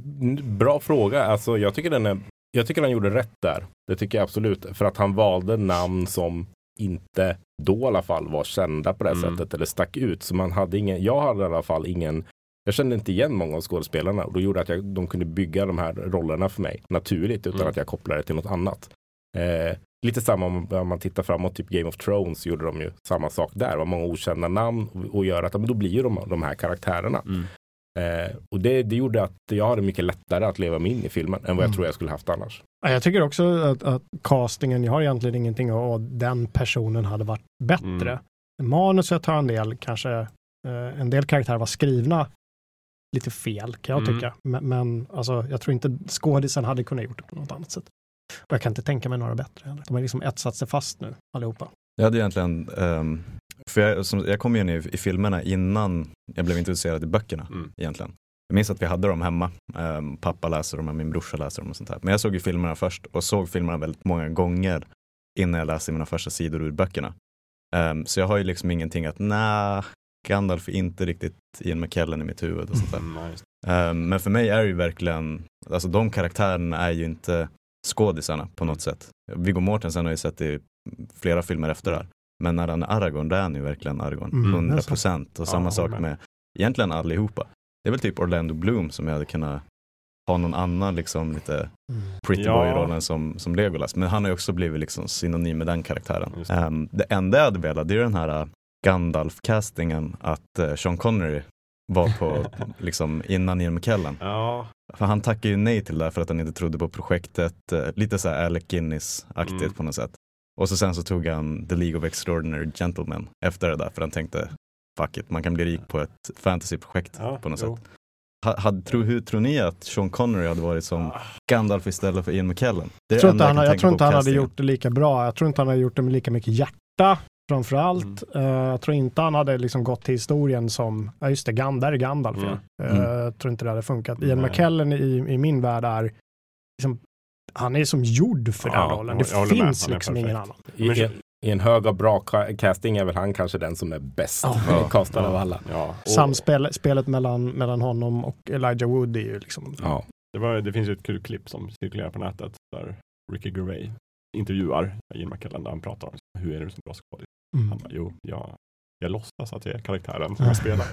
Bra fråga. Alltså, jag, tycker den är, jag tycker han gjorde rätt där. Det tycker jag absolut. För att han valde namn som inte då i alla fall var kända på det mm. sättet eller stack ut. Så man hade ingen, jag hade i alla fall ingen. Jag kände inte igen många av skådespelarna och då gjorde att jag, de kunde bygga de här rollerna för mig naturligt utan mm. att jag kopplade det till något annat. Eh, lite samma om man, man tittar framåt, typ Game of Thrones gjorde de ju samma sak där. Det var många okända namn och, och gör att men då blir ju de, de här karaktärerna. Mm. Eh, och det, det gjorde att jag hade mycket lättare att leva mig in i filmen än vad jag mm. tror jag skulle haft annars. Jag tycker också att, att castingen, jag har egentligen ingenting och den personen hade varit bättre. Mm. Manuset har en del, kanske eh, en del karaktärer var skrivna lite fel kan jag tycka. Mm. Men, men alltså, jag tror inte skådisen hade kunnat gjort det på något annat sätt. Och jag kan inte tänka mig några bättre heller. De har liksom etsat sig fast nu, allihopa. Jag hade egentligen, um, för jag, som, jag kom ju in i, i filmerna innan jag blev introducerad i böckerna mm. egentligen. Jag minns att vi hade dem hemma. Um, pappa läser dem och min brorsa läser dem och sånt här. Men jag såg ju filmerna först och såg filmerna väldigt många gånger innan jag läste mina första sidor ur böckerna. Um, så jag har ju liksom ingenting att, nej, Gandalf är inte riktigt Ian McKellen i mitt huvud och sånt där. Mm, nice. um, men för mig är det ju verkligen, alltså de karaktärerna är ju inte skådisarna på något sätt. Viggo Mortensen har ju sett i flera filmer efter det här. Men när han är Aragorn, då är han ju verkligen Aragorn. Mm, hundra procent. Och samma ja, sak med egentligen allihopa. Det är väl typ Orlando Bloom som jag hade kunnat ha någon annan liksom lite mm. pretty ja. boy-rollen som, som Legolas. Men han har ju också blivit liksom synonym med den karaktären. Det. Um, det enda jag hade velat, det är den här Gandalf-castingen att uh, Sean Connery var på liksom innan Ian McKellen. Ja. För han tackade ju nej till det för att han inte trodde på projektet. Uh, lite så här Alec Guinness-aktigt mm. på något sätt. Och så sen så tog han The League of Extraordinary Gentlemen efter det där. För han tänkte, fuck it, man kan bli rik på ett fantasyprojekt ja, på något jo. sätt. Ha, hade, tro, hur tror ni att Sean Connery hade varit som Gandalf istället för Ian McKellen? Det jag tror inte han, jag tror inte han hade gjort det lika bra. Jag tror inte han hade gjort det med lika mycket hjärta framförallt. Mm. Uh, jag tror inte han hade liksom gått till historien som, ja just det, Gandalf är Gandalf. Mm. Ja. Uh, mm. Jag tror inte det hade funkat. Ian mm. McKellen i, i min värld är liksom, han är som gjord för ja, den rollen. Det finns liksom ingen annan. I, i, I en hög och bra casting är väl han kanske den som är bäst oh. castad ja. av alla. Ja. Samspelet mellan, mellan honom och Elijah Wood är ju liksom... Ja. Det, var, det finns ju ett kul klipp som cirkulerar på nätet där Ricky Gervais intervjuar Ian McKellen där han pratar om hur är det som bra skådis. Mm. Han bara, jo, jag, jag låtsas att jag är karaktären som jag spelar.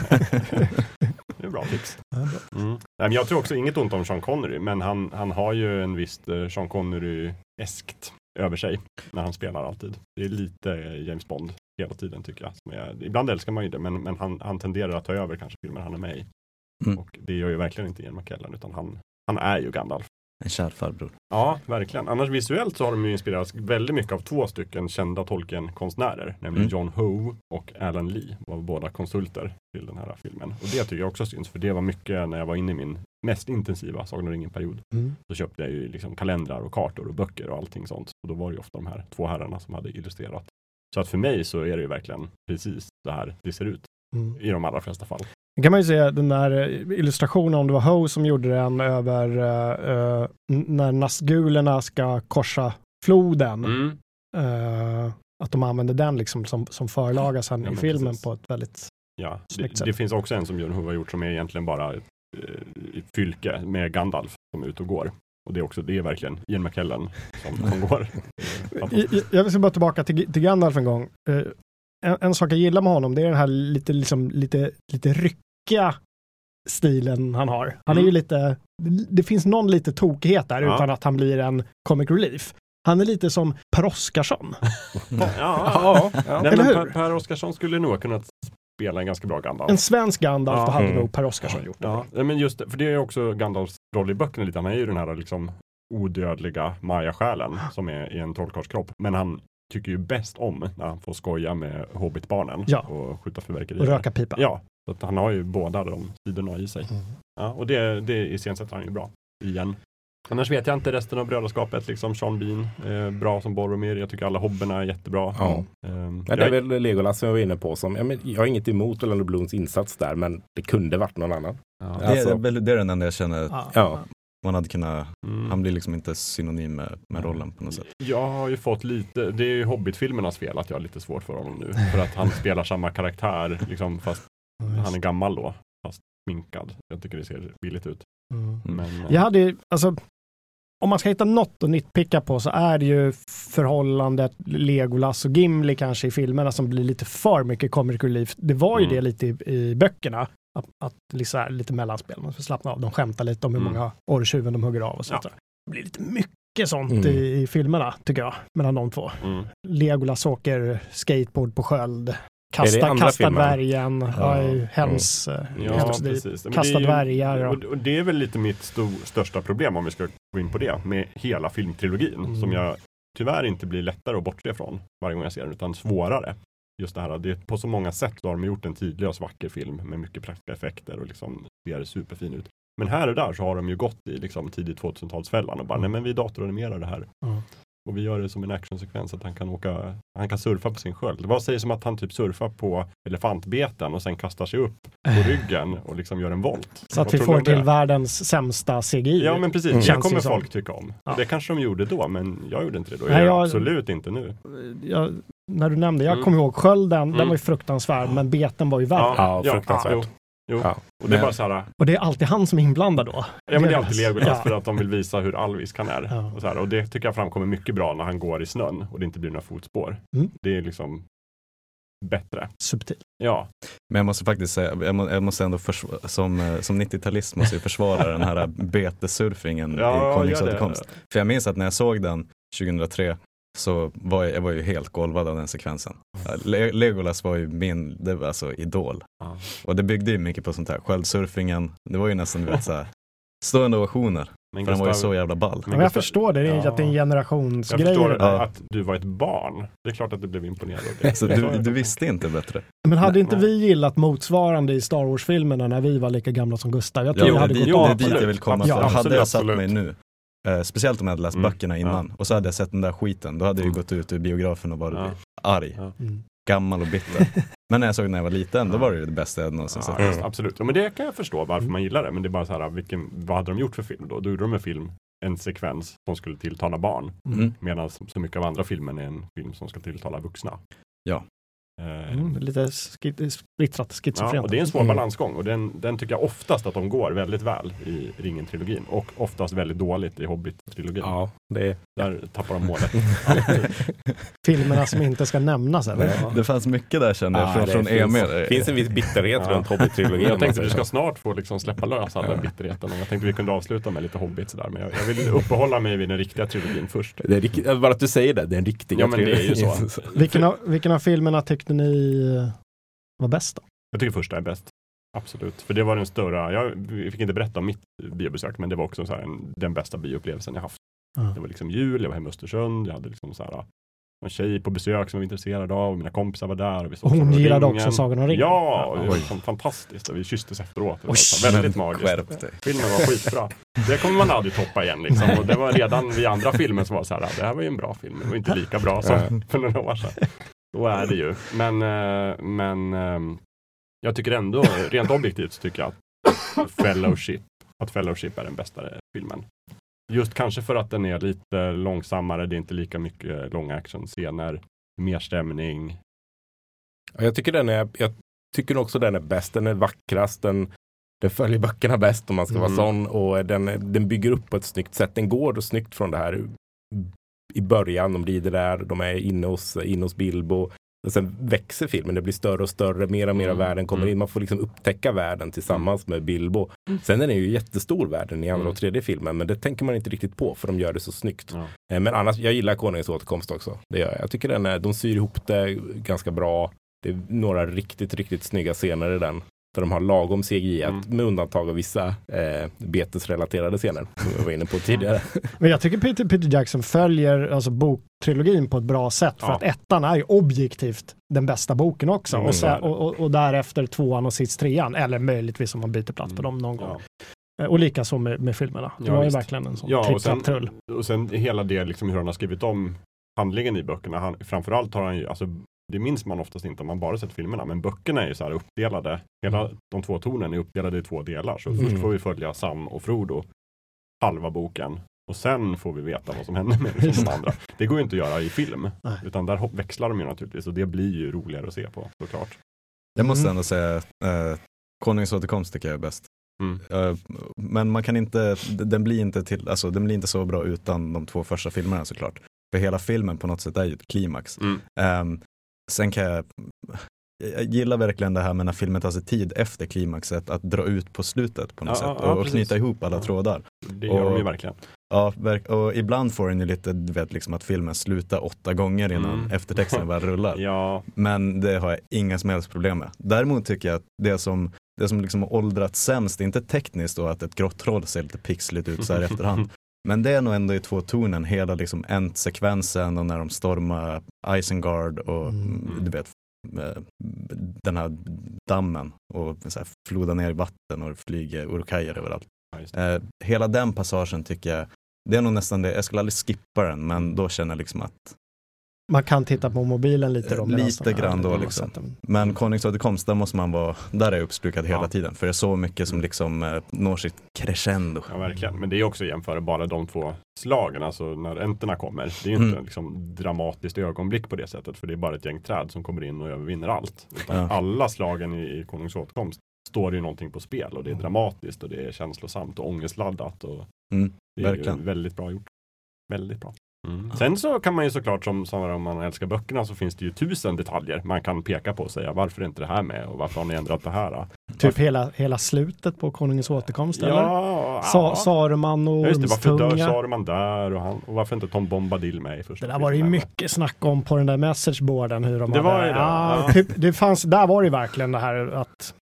Det är bra tips. Mm. Nej, men jag tror också inget ont om Sean Connery, men han, han har ju en viss Sean Connery-eskt över sig när han spelar alltid. Det är lite James Bond hela tiden tycker jag. Som är, ibland älskar man ju det, men, men han, han tenderar att ta över kanske filmer han är med i. Mm. Och det gör ju verkligen inte Ian McKellen, utan han, han är ju Gandalf. En kär farbror. Ja, verkligen. Annars visuellt så har de ju inspirerats väldigt mycket av två stycken kända Tolkien-konstnärer. Nämligen mm. John Ho och Alan Lee var båda konsulter till den här filmen. Och det tycker jag också syns, för det var mycket när jag var inne i min mest intensiva Sagan om ringen-period. Mm. Så köpte jag ju liksom kalendrar och kartor och böcker och allting sånt. Och då var det ju ofta de här två herrarna som hade illustrerat. Så att för mig så är det ju verkligen precis så här det ser ut mm. i de allra flesta fall. Kan man ju säga den där illustrationen, om det var Ho som gjorde den över uh, när Nazgulerna ska korsa floden. Mm. Uh, att de använder den liksom som, som förlaga sen ja, i filmen precis. På ett väldigt ja, snyggt det, sätt. Det finns också en som John Ho har gjort som är egentligen bara ett, ett fylke med Gandalf som är ute och går. Och det är också, det är verkligen Ian McKellen som, som går. jag, jag vill bara tillbaka till, till Gandalf en gång. Uh, en, en sak jag gillar med honom, det är den här lite, liksom, lite, lite ryckiga stilen han har. Han mm. är ju lite, det finns någon lite tokighet där ja. Utan att han blir en comic relief. Han är lite som Per Oscarsson. ja, ja, ja. Nej, men Per, Per Oscarsson skulle nog kunna spela en ganska bra Gandalf. En svensk Gandalf, ja. då hade mm. nog Per Oscarsson gjort det. Ja. Men just för det är ju också Gandalfs roll i böckerna lite. Han är ju den här liksom odödliga Maya-själen som är i en trollkarlskropp. Men han tycker ju bäst om när han får skoja med hobbitbarnen ja. Och skjuta fyrverkerier. Och röka pipa. Ja, så att han har ju båda de sidorna i sig. Mm. Ja, och det, det iscensätter han ju bra igen. Annars vet jag inte resten av brödraskapet, liksom Sean Bean, eh, bra som Boromir. Jag tycker alla hobberna är jättebra. Ja. Um, ja, det är väl Legolas som jag var inne på. Som, jag, men, jag har inget emot Orlando Blooms insats där, men det kunde varit någon annan. Ja. Alltså, det, är, det är den enda jag känner ja. Ja. Man hade kunnat, mm. han blir liksom inte synonym med, med rollen på något sätt. Jag har ju fått lite, det är ju Hobbit-filmernas fel att jag har lite svårt för honom nu. För att han spelar samma karaktär, liksom, fast mm. han är gammal då. Fast minkad. Jag tycker det ser billigt ut. Mm. Men, jag hade alltså, om man ska hitta något att nitpicka på så är det ju förhållandet Legolas och Gimli kanske i filmerna som blir lite för mycket comic relief. Det var ju mm. det lite i, i böckerna. Att, att liksom, lite mellanspel, man får slappna av. De skämtar lite om hur mm. många orrtjuven de hugger av och sånt. Ja. Det blir lite mycket sånt mm. i, i filmerna, tycker jag, mellan de två. Mm. Legolas åker skateboard på sköld. Kasta, kasta dvärgen, ja. Ja, hems, mm. ja, precis. Kasta dvärgar. Och, och det är väl lite mitt sto, största problem om vi ska gå in på det, med hela filmtrilogin, mm. som jag tyvärr inte blir lättare att bortse från varje gång jag ser den, utan svårare. Just det här, det är på så många sätt då har de gjort en tydlig och vacker film med mycket praktiska effekter och liksom ser superfin ut. Men här och där så har de ju gått i liksom tidigt tvåtusentalsfällan och bara, nej men vi datoranimerar det här. Mm. Och vi gör det som en actionsekvens att han kan åka, han kan surfa på sin sköld. Vad säger som att han typ surfar på elefantbeten och sen kastar sig upp på ryggen och liksom gör en volt. Så att vi får till världens sämsta C G I. Ja men precis, mm. det kommer folk tycka om. Ja. Det kanske de gjorde då, men jag gjorde inte det då. Nej, jag, absolut inte nu. Jag, när du nämnde, jag mm. kommer ihåg skölden, mm. den var ju fruktansvärd, men beten var ju värre. Ja, ja fruktansvärt. Ja. Jo. Ja. Och, det är bara så här, och det är alltid han som är inblandad då. Ja, men det är alltid Legolas ja. För att de vill visa hur allvisk han är. Ja. Och, så här, och det tycker jag framkommer mycket bra när han går i snön och det inte blir några fotspår. Mm. Det är liksom bättre. Subtil. Ja. Men jag måste faktiskt säga, jag, må, jag måste ändå försvara, som, som nittiotalist måste jag försvara den här betesurfingen ja, i Konungens återkomst. För jag minns att när jag såg den tjugohundratre så var jag, jag var ju helt golvad av den sekvensen. Le- Legolas var ju min, det var alltså idol. Ah. Och det byggde ju mycket på sånt här. Sköldsurfingen, det var ju nästan du vet såhär stående ovationer Men för han var ju så jävla ball. Men jag förstår det, det är ja. att det är en generationsgrej. Jag förstår ja. att du var ett barn. Det är klart att du blev imponerad av det. Så du, du visste inte bättre. Men hade nej, inte nej. vi gillat motsvarande i Star Wars-filmerna när vi var lika gamla som Gustav? Jag tror ja, jag hade det, gått det, av. det är dit jag vill komma. Ja, för hade jag satt mig nu, eh, speciellt om jag hade läst mm. böckerna innan, ja. och så hade jag sett den där skiten, då hade jag ju gått ut ur biografen och varit ja. arg. Ja. Mm. Gammal och bitter. Men när jag såg när jag var liten, då var det ju det bästa jag någonsin sett. Ja, mm. Absolut. Ja, men det kan jag förstå varför man gillar det. Men det är bara så här, vilken, vad hade de gjort för film då? Då gjorde de en film, en sekvens som skulle tilltala barn. Mm. Medan så mycket av andra filmen är en film som ska tilltala vuxna. Ja. Mm, lite splittrat, schizofrent. Ja, och det är en svår mm. balansgång. Och den, den tycker jag oftast att de går väldigt väl i Ringen-trilogin. Och oftast väldigt dåligt i Hobbit-trilogin. Ja, det... Där tappar de målet. Filmerna som inte ska nämnas, eller? Ja. Det fanns mycket där, kände jag, ah, från, från Emil. Det finns en viss bitterhet ja. runt Hobbit-trilogin. Jag tänkte att vi ska snart få liksom släppa lös all den bitterheten. Och jag tänkte att vi kunde avsluta med lite Hobbit sådär. Men jag, jag vill uppehålla mig vid den riktiga trilogin först. Det är rikt- bara att du säger det, det är en riktig ja, men det är ju så. vilken, av, vilken av filmerna tyckte ni var bäst då? Jag tycker första är bäst. Absolut. För det var den större, jag fick inte berätta om mitt biobesök, men det var också så här en, den bästa bioupplevelsen jag haft. Mm. Det var liksom jul, jag var hemma i Östersund, jag hade liksom så här en tjej på besök som jag var intresserad av, mina kompisar var där. Och vi såg hon gillade också Sagan om ringen. Ja, det var liksom fantastiskt. Och vi kysstes efteråt. Det var så väldigt magiskt. Filmen var skitbra. Det kommer man aldrig toppa igen liksom. Och det var redan vid andra filmer som var så här, det här var ju en bra film. Det var inte lika bra som för några år sedan. Så är det ju. Men, men jag tycker ändå, rent objektivt så tycker jag att Fellowship, att Fellowship är den bästa filmen. Just kanske för att den är lite långsammare, det är inte lika mycket långa actionscener, mer stämning. Jag tycker den är, jag tycker också den är bäst, den är vackrast, den, den följer böckerna bäst om man ska mm. vara sån, och den, den bygger upp på ett snyggt sätt. Den går då snyggt från det här i början, de rider där, de är inne hos, inne hos Bilbo. Och sen växer filmen, det blir större och större, mer och mer av världen kommer in. Man får liksom upptäcka världen tillsammans med Bilbo. Sen är det ju jättestor världen i andra och tredje filmen, men det tänker man inte riktigt på för de gör det så snyggt. Ja. Men annars, jag gillar Konungens återkomst också. Det gör jag. Jag tycker den är, de syr ihop det ganska bra. Det är några riktigt, riktigt snygga scener i den. Där de har lagom C G I mm. med undantag av vissa eh, betesrelaterade scener som jag var inne på tidigare. Men jag tycker Peter, Peter Jackson följer alltså boktrilogin på ett bra sätt för ja. att ettan är ju objektivt den bästa boken också. Mm. Och, så, och, och, och därefter tvåan och sist trean, eller möjligtvis om man byter plats på dem någon gång. Ja. Och lika så med, med filmerna. Det ja, var visst. ju verkligen en sån ja, tripp-trapp-trull. Och, och sen hela det liksom hur han har skrivit om handlingen i böckerna. Han, framförallt har han ju, alltså det minns man oftast inte om man bara sett filmerna, men böckerna är ju så här uppdelade. Hela de två tornen är uppdelade i två delar. Så mm. först får vi följa Sam och Frodo, halva boken. Och sen får vi veta vad som händer med liksom de andra. Det går ju inte att göra i film. Nej. Utan där växlar de ju naturligtvis. Och det blir ju roligare att se på, såklart. Jag måste ändå säga, äh, Konungens återkomst tycker jag är bäst. Mm. Uh, men man kan inte, den blir inte till, alltså den blir inte så bra utan de två första filmerna såklart. För hela filmen på något sätt är ju ett klimax. Mm. Um, Sen kan jag, jag gillar verkligen det här med när filmen tar sig tid efter klimaxet att dra ut på slutet på något ja, sätt ja, och, och precis. knyta ihop alla ja. trådar. Det gör och, de ju verkligen. Ja, och ibland får den ju lite, du vet liksom att filmen slutar åtta gånger innan mm. eftertexten bara rullar. ja. Men det har jag inga som helst problem med. Däremot tycker jag att det som, det som liksom har åldrats sämst, inte tekniskt då att ett grottroll ser lite pixligt ut så här i efterhand. Men det är nog ändå i två tonen, hela liksom Ent-sekvensen och när de stormar Isengard och mm. du vet den här dammen och så här flodar ner i vatten och flyger urkajer överallt. Ja, eh, hela den passagen tycker jag, det är nog nästan det, jag skulle aldrig skippa den, men då känner jag liksom att man kan titta på mobilen lite då. Lite grann då liksom. Men Konungens återkomst, där måste man vara, där är jag uppslukad hela ja. tiden. För det är så mycket som liksom eh, når sitt crescendo. Ja, verkligen. Men det är också jämföra bara de två slagen, alltså när enterna kommer. Det är ju inte mm. liksom dramatiskt ögonblick på det sättet, för det är bara ett gäng träd som kommer in och övervinner allt. Utan ja. alla slagen i, i Konungens återkomst står ju någonting på spel och det är dramatiskt och det är känslosamt och ångestladdat och mm, det är ju väldigt bra gjort. Väldigt bra. Mm. Sen så kan man ju såklart, som, som om man älskar böckerna, så finns det ju tusen detaljer man kan peka på och säga varför är inte det här med och varför har ni ändrat det här? Då? Typ hela, hela slutet på Konungens återkomst, ja, eller? Sa, ja. Saruman och Ormstunga. Varför dör Saruman där och, han, och varför inte Tom Bombadil med i första? Det där var det ju mycket snack om på den där messageboarden. Hur de det hade, var ju det. Ja, ja. Typ, det fanns, där var det ju verkligen det här att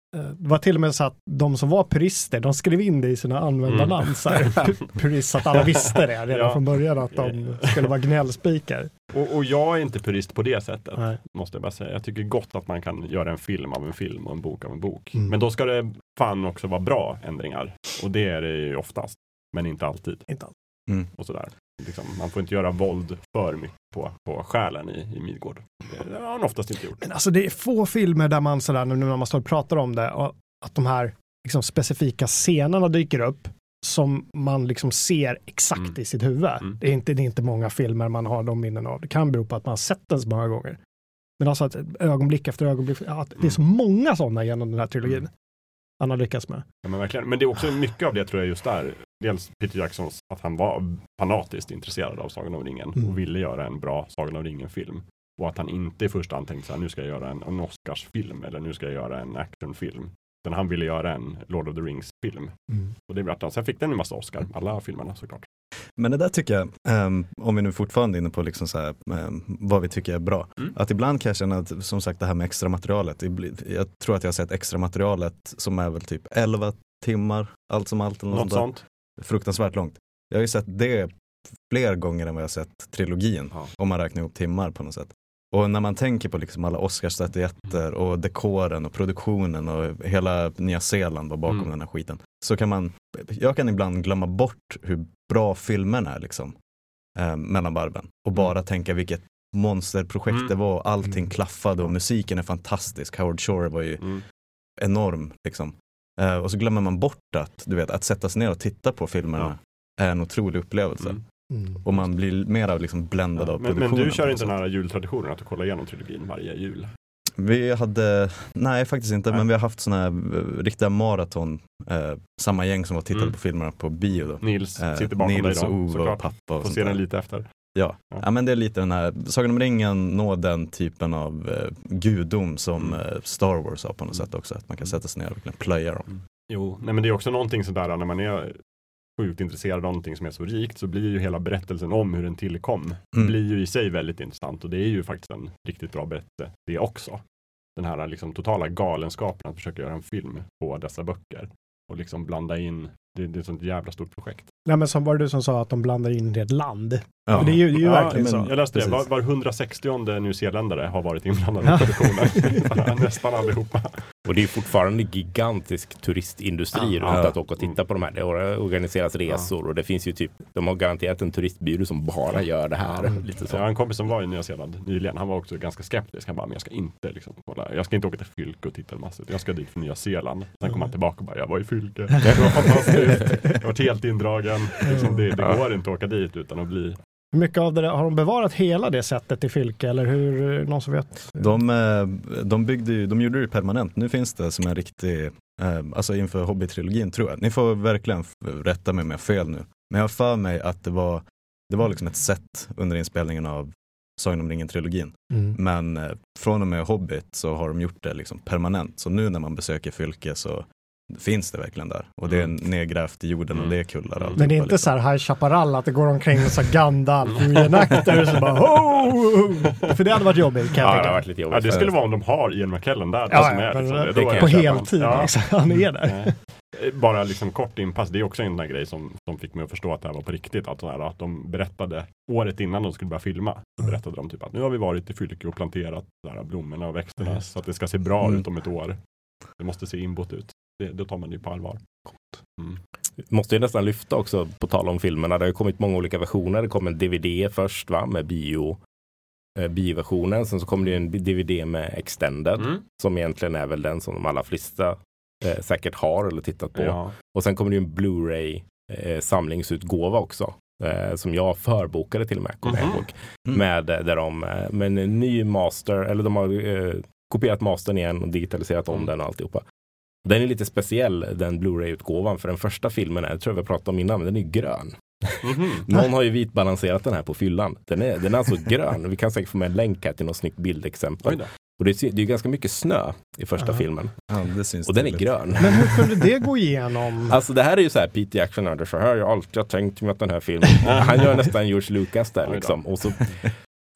det var till och med så att de som var purister, de skrev in det i sina användarnamn. Mm. Så här, purist, så att alla visste det redan ja. från början att de skulle vara gnällspikar. Och, och jag är inte purist på det sättet, Nej. måste jag bara säga. Jag tycker gott att man kan göra en film av en film och en bok av en bok. Mm. Men då ska det fan också vara bra ändringar. Och det är det ju oftast, men inte alltid. Inte alltid. Mm. Och sådär. Liksom, man får inte göra våld för mycket på, på själen i, i Midgård. Det har han oftast inte gjort. Men alltså det är få filmer där man sådär, nu när man står och pratar om det, och att de här liksom, specifika scenerna dyker upp som man liksom ser exakt mm. i sitt huvud. Mm. Det, är inte, det är inte många filmer man har de minnen av. Det kan bero på att man har sett den så många gånger. Men alltså att ögonblick efter ögonblick, att det är så många sådana genom den här trilogin. Mm. Han har lyckats med. Ja, men verkligen. Men det är också mycket av det tror jag just där. Dels Peter Jacksons, att han var fanatiskt intresserad av Sagan om ringen mm. och ville göra en bra Sagan om ringen-film. Och att han inte i första hand tänkte så här, nu ska jag göra en, en Oscars-film eller nu ska jag göra en actionfilm. Utan han ville göra en Lord of the Rings-film. Mm. Och det blev att sen fick den en massa Oscar, alla filmerna såklart. Men det där tycker jag, um, om vi nu fortfarande är inne på liksom så här, um, vad vi tycker är bra. Mm. Att ibland kan jag känna att, som sagt, det här med extra materialet. Jag tror att jag har sett extra materialet som är väl typ elva timmar, allt som allt. Eller något sånt. Fruktansvärt långt. Jag har ju sett det fler gånger än vad jag har sett trilogin. Ja. Om man räknar ihop timmar på något sätt. Och när man tänker på liksom alla Oscarsstatyetter och dekoren och produktionen och hela Nya Zeeland var bakom mm. den här skiten. Så kan man, jag kan ibland glömma bort hur bra filmen är liksom. Eh, mellan varven. Och bara mm. tänka vilket monsterprojekt mm. det var. Allting mm. klaffade och musiken är fantastisk. Howard Shore var ju mm. enorm liksom. Eh, och så glömmer man bort att, du vet, att sätta sig ner och titta på filmerna ja. är en otrolig upplevelse. Mm. Mm. Och man blir mer av liksom bländad ja, av men, produktionen. Men du kör inte den här jultraditionen att du kollar igenom trilogin varje jul? Vi hade, nej faktiskt inte, nej. Men vi har haft såna här uh, riktiga maraton. Uh, samma gäng som var tittade mm. på filmerna på bio då. Nils uh, sitter bakom Nils dig då, och Ove såklart. Och pappa och får se den lite efter. Ja. Ja. ja, men det är lite den här, Sagan om ringen når den typen av uh, gudom som mm. uh, Star Wars har på något mm. sätt också. Att man kan sätta sig ner och plöja dem. Mm. Jo, nej men det är också någonting sådär när man är sjukt intresserad av någonting som är så rikt så blir ju hela berättelsen om hur den tillkom mm. blir ju i sig väldigt intressant och det är ju faktiskt en riktigt bra berättelse det också. Den här liksom totala galenskapen att försöka göra en film på dessa böcker och liksom blanda in, det, det är ett sånt jävla stort projekt. Nej men som var det du som sa att de blandar in i ett land. Ja. Det är ju, det är ju ja, verkligen men, så. Jag läste det, var, var hundrasextio nyzeeländare har varit inblandade i produktionen. Nästan allihopa. Och det är fortfarande gigantisk turistindustri ja, runt ja. att åka och titta på de här. Det organiseras resor ja. och det finns ju typ, de har garanterat en turistbyrå som bara gör det här. Ja. Lite så. Ja, en kompis som var i Nya Zeeland nyligen, han var också ganska skeptisk. Han bara, men jag ska inte liksom kolla. Jag ska inte åka till Fylke och titta massor. Jag ska dit för Nya Zeeland. Sen kom han tillbaka och bara, jag var i Fylke. Det var fantastiskt. Jag var helt indragen. Liksom det, det går inte att åka dit utan att bli. Hur mycket av det där, har de bevarat hela det sättet i Fylke eller hur, någon som vet? De, de byggde ju, de gjorde det permanent. Nu finns det som en riktig, alltså inför Hobbit-trilogin tror jag. Ni får verkligen rätta mig med jag fel nu. Men jag har för mig att det var, det var liksom ett sätt under inspelningen av Sagan om ringen-trilogin. Mm. Men från och med Hobbit så har de gjort det liksom permanent. Så nu när man besöker Fylke så finns det verkligen där. Och det är nedgrävt i jorden och det är kullar. Mm. Men det är inte så här High Chaparral att det går omkring och så Gandalf reenactor så bara ho! För det hade varit jobbigt kan jag ja, tänka. Det, varit lite jobbigt. Ja, det skulle vara om de har Ian McKellen där. Ja, som är, ja, liksom, det, det det på heltid. Ja. Liksom, han är där. Bara liksom kort inpass. Det är också en sån här grej som, som fick mig att förstå att det här var på riktigt. Att, här, att de berättade året innan de skulle börja filma. Så berättade de typ att nu har vi varit i Fylke och planterat där, blommorna och växterna. Mm. Så att det ska se bra mm. ut om ett år. Det måste se inbott ut. Det, då tar man ju på allvar. Mm. Måste ju nästan lyfta också på tal om filmerna. Det har kommit många olika versioner. Det kom en D V D först va, med bio, eh, bioversionen. Sen så kom det en D V D med Extended. Mm. Som egentligen är väl den som de allra flesta eh, säkert har eller tittat på. Ja. Och sen kommer det en Blu-ray eh, samlingsutgåva också. Eh, som jag förbokade till och med. Kommer mm. jag ihåg. Mm. Med, där de, med en ny master. Eller de har eh, kopierat mastern igen och digitaliserat om mm. den och alltihopa. Den är lite speciell, den Blu-ray-utgåvan. För den första filmen, är, jag tror jag vi pratade om innan, men den är grön. Mm-hmm. Någon har ju vitbalanserat den här på fyllan. Den är, den är alltså grön. Vi kan säkert få med en länk här till något snyggt bildexempel. Och det är, det är ganska mycket snö i första uh-huh. filmen. Ja, det syns och den är grön. Men hur kunde det gå igenom? Alltså det här är ju så här Peter Jackson. Så här har jag alltid tänkt mig att den här filmen. Han gör nästan George Lucas där liksom. Och så...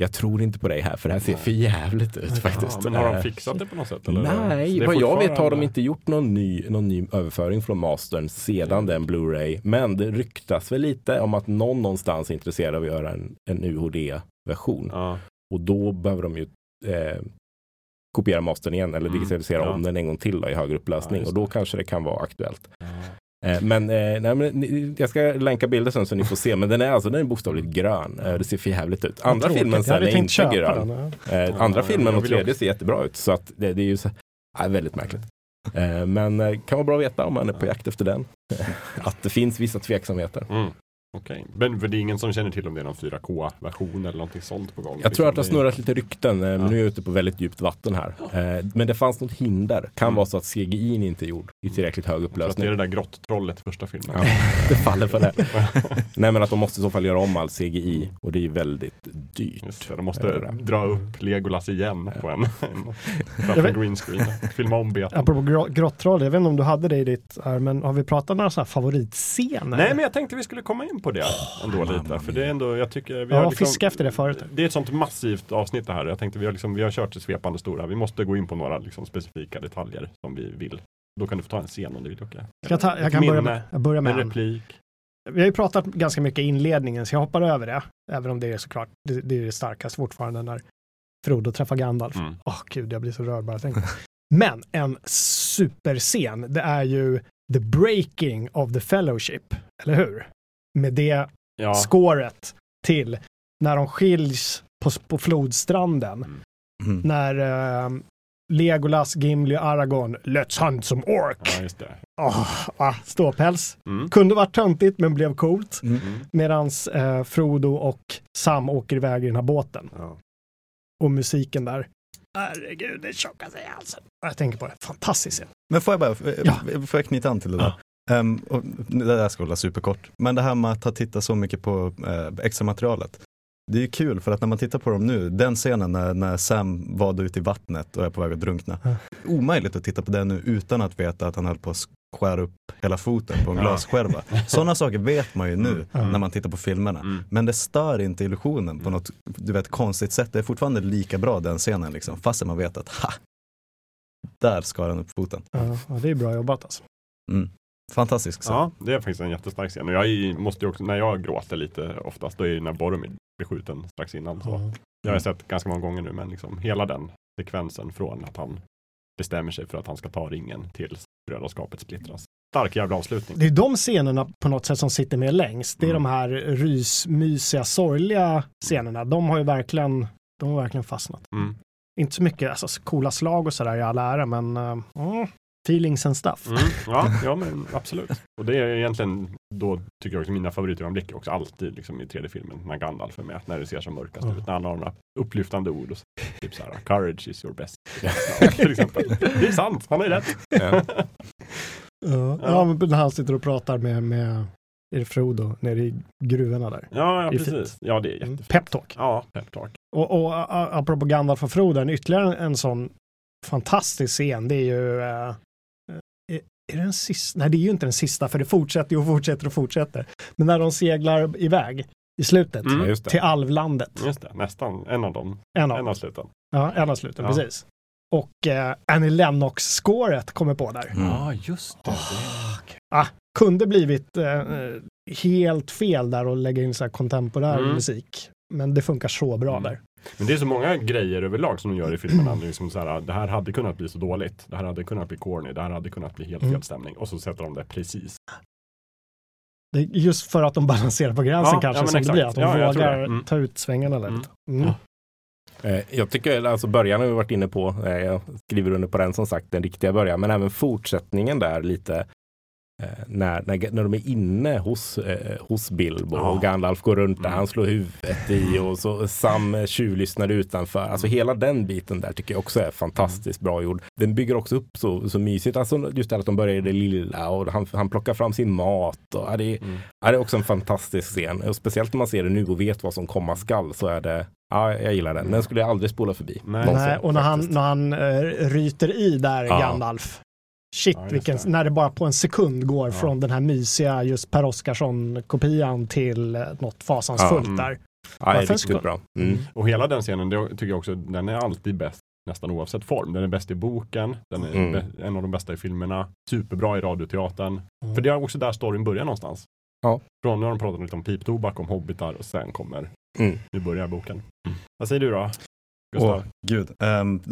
jag tror inte på dig här, för det här ser för jävligt ut faktiskt. Ja, men har de fixat det på något sätt? Eller? Nej, vad jag vet har de inte gjort någon ny, någon ny överföring från mastern sedan mm. den Blu-ray. Men det ryktas väl lite om att någon någonstans är intresserad av att göra en, en U H D-version. Ja. Och då behöver de ju eh, kopiera mastern igen eller digitalisera mm. ja. om den en gång till då, i högre upplösning. Ja, och då kanske det kan vara aktuellt. Ja. Men, eh, nej, men jag ska länka bilder sen så ni får se, men den är alltså den är bokstavligt grön. Eh, det ser för jävligt ut. Andra filmen sen är inte grön. Den, ja. eh, andra ja, filmen och tredje ser jättebra ut, så att det, det är ju så, eh, väldigt märkligt. Eh, men eh, kan vara bra att veta om man är på jakt efter den. Att det finns vissa tveksamheter. Mm. Okej, okay. Men för det är ingen som känner till om det är någon fyra K-version eller någonting sånt på gång? Jag tror att det har snurrat lite rykten, ja. Men nu är jag ute på väldigt djupt vatten här. Eh, men det fanns något hinder. Kan mm. vara så att C G I inte är gjord i tillräckligt hög upplösning. Så att det är det där grottrollet i första filmen. Ja, det faller för det. Nej, men att de måste i så fall göra om all C G I och det är väldigt dyrt. Just det, de måste äh, dra upp Legolas igen på en, en, en green screen. Filma om beten. Apropå gr- grottroll, jag vet inte om du hade det i ditt, men har vi pratat om några sådana favoritscener? Nej, men jag tänkte vi skulle komma in på det ändå oh, lite, för det är ändå, jag tycker vi ja, har liksom, fiska efter det förut. Det är ett sånt massivt avsnitt det här. Jag tänkte vi har liksom, vi har kört till svepande stora. Vi måste gå in på några liksom specifika detaljer som vi vill. Då kan du få ta en scen om du vill, Jocke. Jag, ta, jag kan börja med, jag börjar med en replik. Vi har ju pratat ganska mycket i inledningen, så jag hoppar över det, även om det är såklart det, det är det starkaste fortfarande när Frodo träffar Gandalf. Åh mm. oh, gud, jag blir så rörd bara jag tänker. Men en superscen, det är ju The Breaking of the Fellowship, eller hur? Med det ja. Skåret till när de skiljs på, på flodstranden. Mm. När uh, Legolas, Gimli och Aragorn Let's hunt some orc. Ja, just det. Oh, ah, ståpäls. Mm. Kunde varit töntigt men blev coolt. Mm. Medans uh, Frodo och Sam åker iväg i den här båten. Ja. Och musiken där. Herregud, det tjockar sig i halsen. Jag tänker på det. Fantastiskt. Men får jag bara ja. får jag knyta an till det där? Ja. Um, och det där ska hålla superkort. Men det här med att ha tittat så mycket på uh, extra materialet. Det är ju kul för att när man tittar på dem nu, den scenen när, när Sam var ute i vattnet och är på väg att drunkna. Mm. Omöjligt att titta på den nu utan att veta att han höll på att skära upp hela foten på en ja. glasskärva. Sådana saker vet man ju nu mm. när man tittar på filmerna. Mm. Men det stör inte illusionen på något, du vet, konstigt sätt. Det är fortfarande lika bra den scenen liksom, fast man vet att ha, där skar han upp foten. Ja, det är bra jobbat alltså. Mm. Fantastisk scen. Ja, det är faktiskt en jättestark scen. Och jag måste ju också, när jag gråter lite oftast, då är det när Boromir blir skjuten strax innan. Så. Mm. Jag har sett ganska många gånger nu, men liksom hela den sekvensen från att han bestämmer sig för att han ska ta ringen till brödraskapet splittras. Stark jävla avslutning. Det är de scenerna på något sätt som sitter med längst. Det är mm. de här rysmysiga, sorgliga scenerna. De har ju verkligen, de har verkligen fastnat. Mm. Inte så mycket alltså, coola slag och sådär i alla ära, men uh, mm. feelings and stuff. Mm, ja, ja, men absolut. Och det är egentligen, då tycker jag också mina favoritögonblick också alltid liksom i tredje filmen när Gandalf är med, när det ser som mörkast ut, mm. när han har några upplyftande ord och så, typ så här, courage is your best. Till exempel. Det är sant, han har ju rätt. Ja. Ja, ja, men när han sitter och pratar med, med är det Frodo nere i gruvorna där. Ja, ja precis. Fint. Ja, det är jättefint. Peptalk. Ja, peptalk. Och, och apropå Gandalf och Frodo, en ytterligare en sån fantastisk scen, det är ju äh, är, är det den sista? Nej, det är ju inte den sista, för det fortsätter och fortsätter och fortsätter. Men när de seglar iväg i slutet mm, till Alvlandet. Just det, nästan en av dem. En av, en av sluten. Ja, en av sluten, ja. Precis. Och äh, Annie Lennox-skåret kommer på där. Mm. Ja, just det. Oh, okay. ah, kunde blivit äh, helt fel där och lägga in så här kontemporär mm. musik. Men det funkar så bra mm. där. Men det är så många grejer överlag som de gör i filmerna. Liksom så här, det här hade kunnat bli så dåligt. Det här hade kunnat bli corny. Det här hade kunnat bli helt mm. fel stämning. Och så sätter de det precis. Det är just för att de balanserar på gränsen ja, kanske ja, som exakt. Det blir. Att de ja, vågar mm. ta ut svängarna lite. Mm. Mm. Ja. Jag tycker, alltså början har vi varit inne på, jag skriver under på den som sagt, den riktiga början, men även fortsättningen där lite, när, när, när de är inne hos, eh, hos Bilbo ja. Och Gandalf går runt där, mm. han slår huvudet i och så Sam tjuvlyssnar utanför, alltså hela den biten där tycker jag också är fantastiskt bra gjord. Den bygger också upp så, så mysigt, alltså just det att de börjar i det lilla och han, han plockar fram sin mat och ja, det, är, mm. ja, det är också en fantastisk scen, och speciellt när man ser det nu och vet vad som komma skall, så är det ja, jag gillar den. Den skulle jag aldrig spola förbi. Nej, Nej och när han, när han uh, ryter i där ja. Gandalf. Shit, ja, vilken, det. När det bara på en sekund går ja. Från den här mysiga just Per Oscarsson-kopian till uh, något fasansfullt ja. Mm. där. Ja, det är riktigt bra. Mm. Och hela den scenen, det tycker jag också, den är alltid bäst nästan oavsett form. Den är bäst i boken, den är mm. be- en av de bästa i filmerna, superbra i radioteatern. Mm. För det är också där storyn börjar någonstans. Ja. Från nu har de pratat lite om piptobak, om hobbitar och sen kommer, mm. nu börjar boken. Mm. Vad säger du då, Gustav? Åh, gud. Um,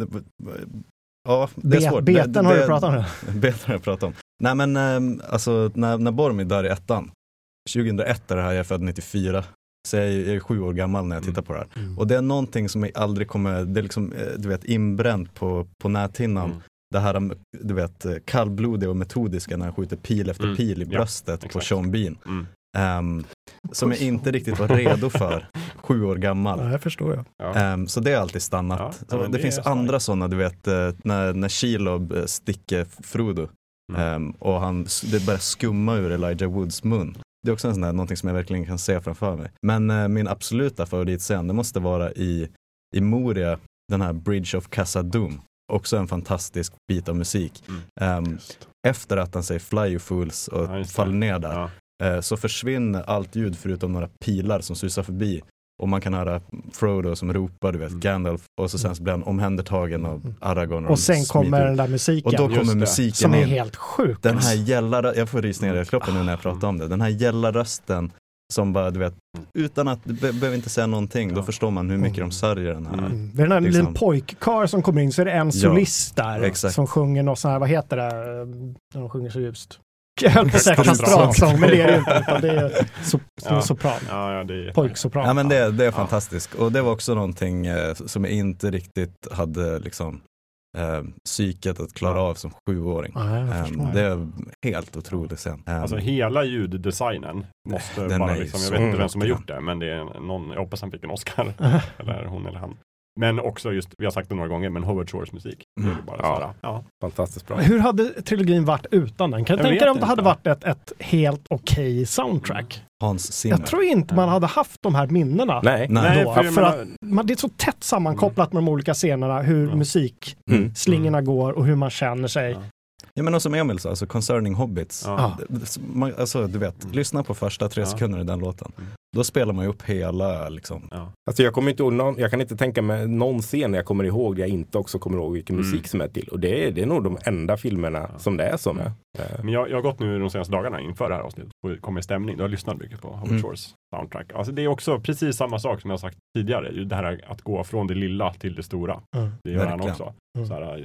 ja, det är svårt. Beten det, det, har du pratat om. Beten har jag pratat om. Nej men um, alltså när, när Boromir dör i ettan, tjugohundraett är det här, jag är född nittiofyra. Så jag är, jag är sju år gammal när jag tittar på det här. Mm. Och det är någonting som jag aldrig kommer, det är liksom, du vet, inbränt på, på näthinnan. Mm. Det här, du vet, kallblodiga och metodiska när han skjuter pil efter mm. pil i bröstet ja, på Sean Bean. Mm. Um, som jag inte riktigt var redo för sju år gammal. Ja, jag förstår jag. Ja. Um, så det har alltid stannat. Ja, det, det finns andra sådana, du vet, när, när Shelob sticker Frodo mm. um, och han, det börjar skumma ur Elijah Woods mun. Det är också en sån där, någonting som jag verkligen kan se framför mig. Men uh, min absoluta favoritscen, det måste vara i, i Moria, den här Bridge of Khazad-dûm. Också en fantastisk bit av musik. Mm. Um, efter att han säger Fly you fools och ja, faller ner där. Ja. Uh, så försvinner allt ljud förutom några pilar som susar förbi. Och man kan höra Frodo som ropar, du vet, mm. Gandalf. Och så sen så blir han omhändertagen av Aragorn. Och, och sen kommer den där musiken. Och då kommer musiken. Som är helt sjuk. Den här gälla, jag får rysningar i kroppen nu när jag pratar om det. Den här gälla rösten som bara, du vet, utan att, du be- behöver inte säga någonting, ja. Då förstår man hur mycket mm. de sörjer den här. Mm. Det är den här liksom, liten pojkkar som kommer in, så är det en solist ja, där exakt. Som sjunger något sån här, vad heter det, när de sjunger så ljust. Jag höll på att säga kastratsång, men det är det inte, utan det är so- ja. sopran. Ja, ja, det är... Pojksopran. Ja, men det, det är fantastiskt. Och det var också någonting eh, som jag inte riktigt hade liksom eh, psyket att klara av som sjuåring. Ja, um, det är helt otroligt sen. Um, alltså hela ljuddesignen måste bara liksom, jag vet inte vem som har gjort det, men det är någon, jag hoppas han fick en Oscar. Eller hon eller han. Men också just, vi har sagt det några gånger, men Howard Shores musik. Mm. Det är bara ja. Sådär, ja. Fantastiskt bra. Hur hade trilogin varit utan den? Kan du tänka dig om det hade varit ett, ett helt okej okay soundtrack? Hans Zimmer. Jag tror inte man hade haft de här minnena. Nej, Nej då, för, för menar... att man, det är så tätt sammankopplat med de olika scenerna, hur mm. musikslingorna mm. går och hur man känner sig. Ja. Ja, men som Emil sa, alltså Concerning Hobbits. Ja. Man, alltså, du vet, mm. lyssna på första tre ja. sekunder i den låten. Mm. Då spelar man ju upp hela, liksom. Ja. Alltså jag kommer inte ihåg någon, jag kan inte tänka mig någon scen jag kommer ihåg, jag inte också kommer ihåg vilken mm. musik som är till. Och det är, det är nog de enda filmerna ja. som det är som är. Men jag, jag har gått nu de senaste dagarna inför det här avsnittet och kommer i stämning. Du har lyssnat mycket på Howard mm. Shores soundtrack. Alltså det är också precis samma sak som jag har sagt tidigare. Det här att gå från det lilla till det stora. Mm. Det gör han också. Mm. Så här,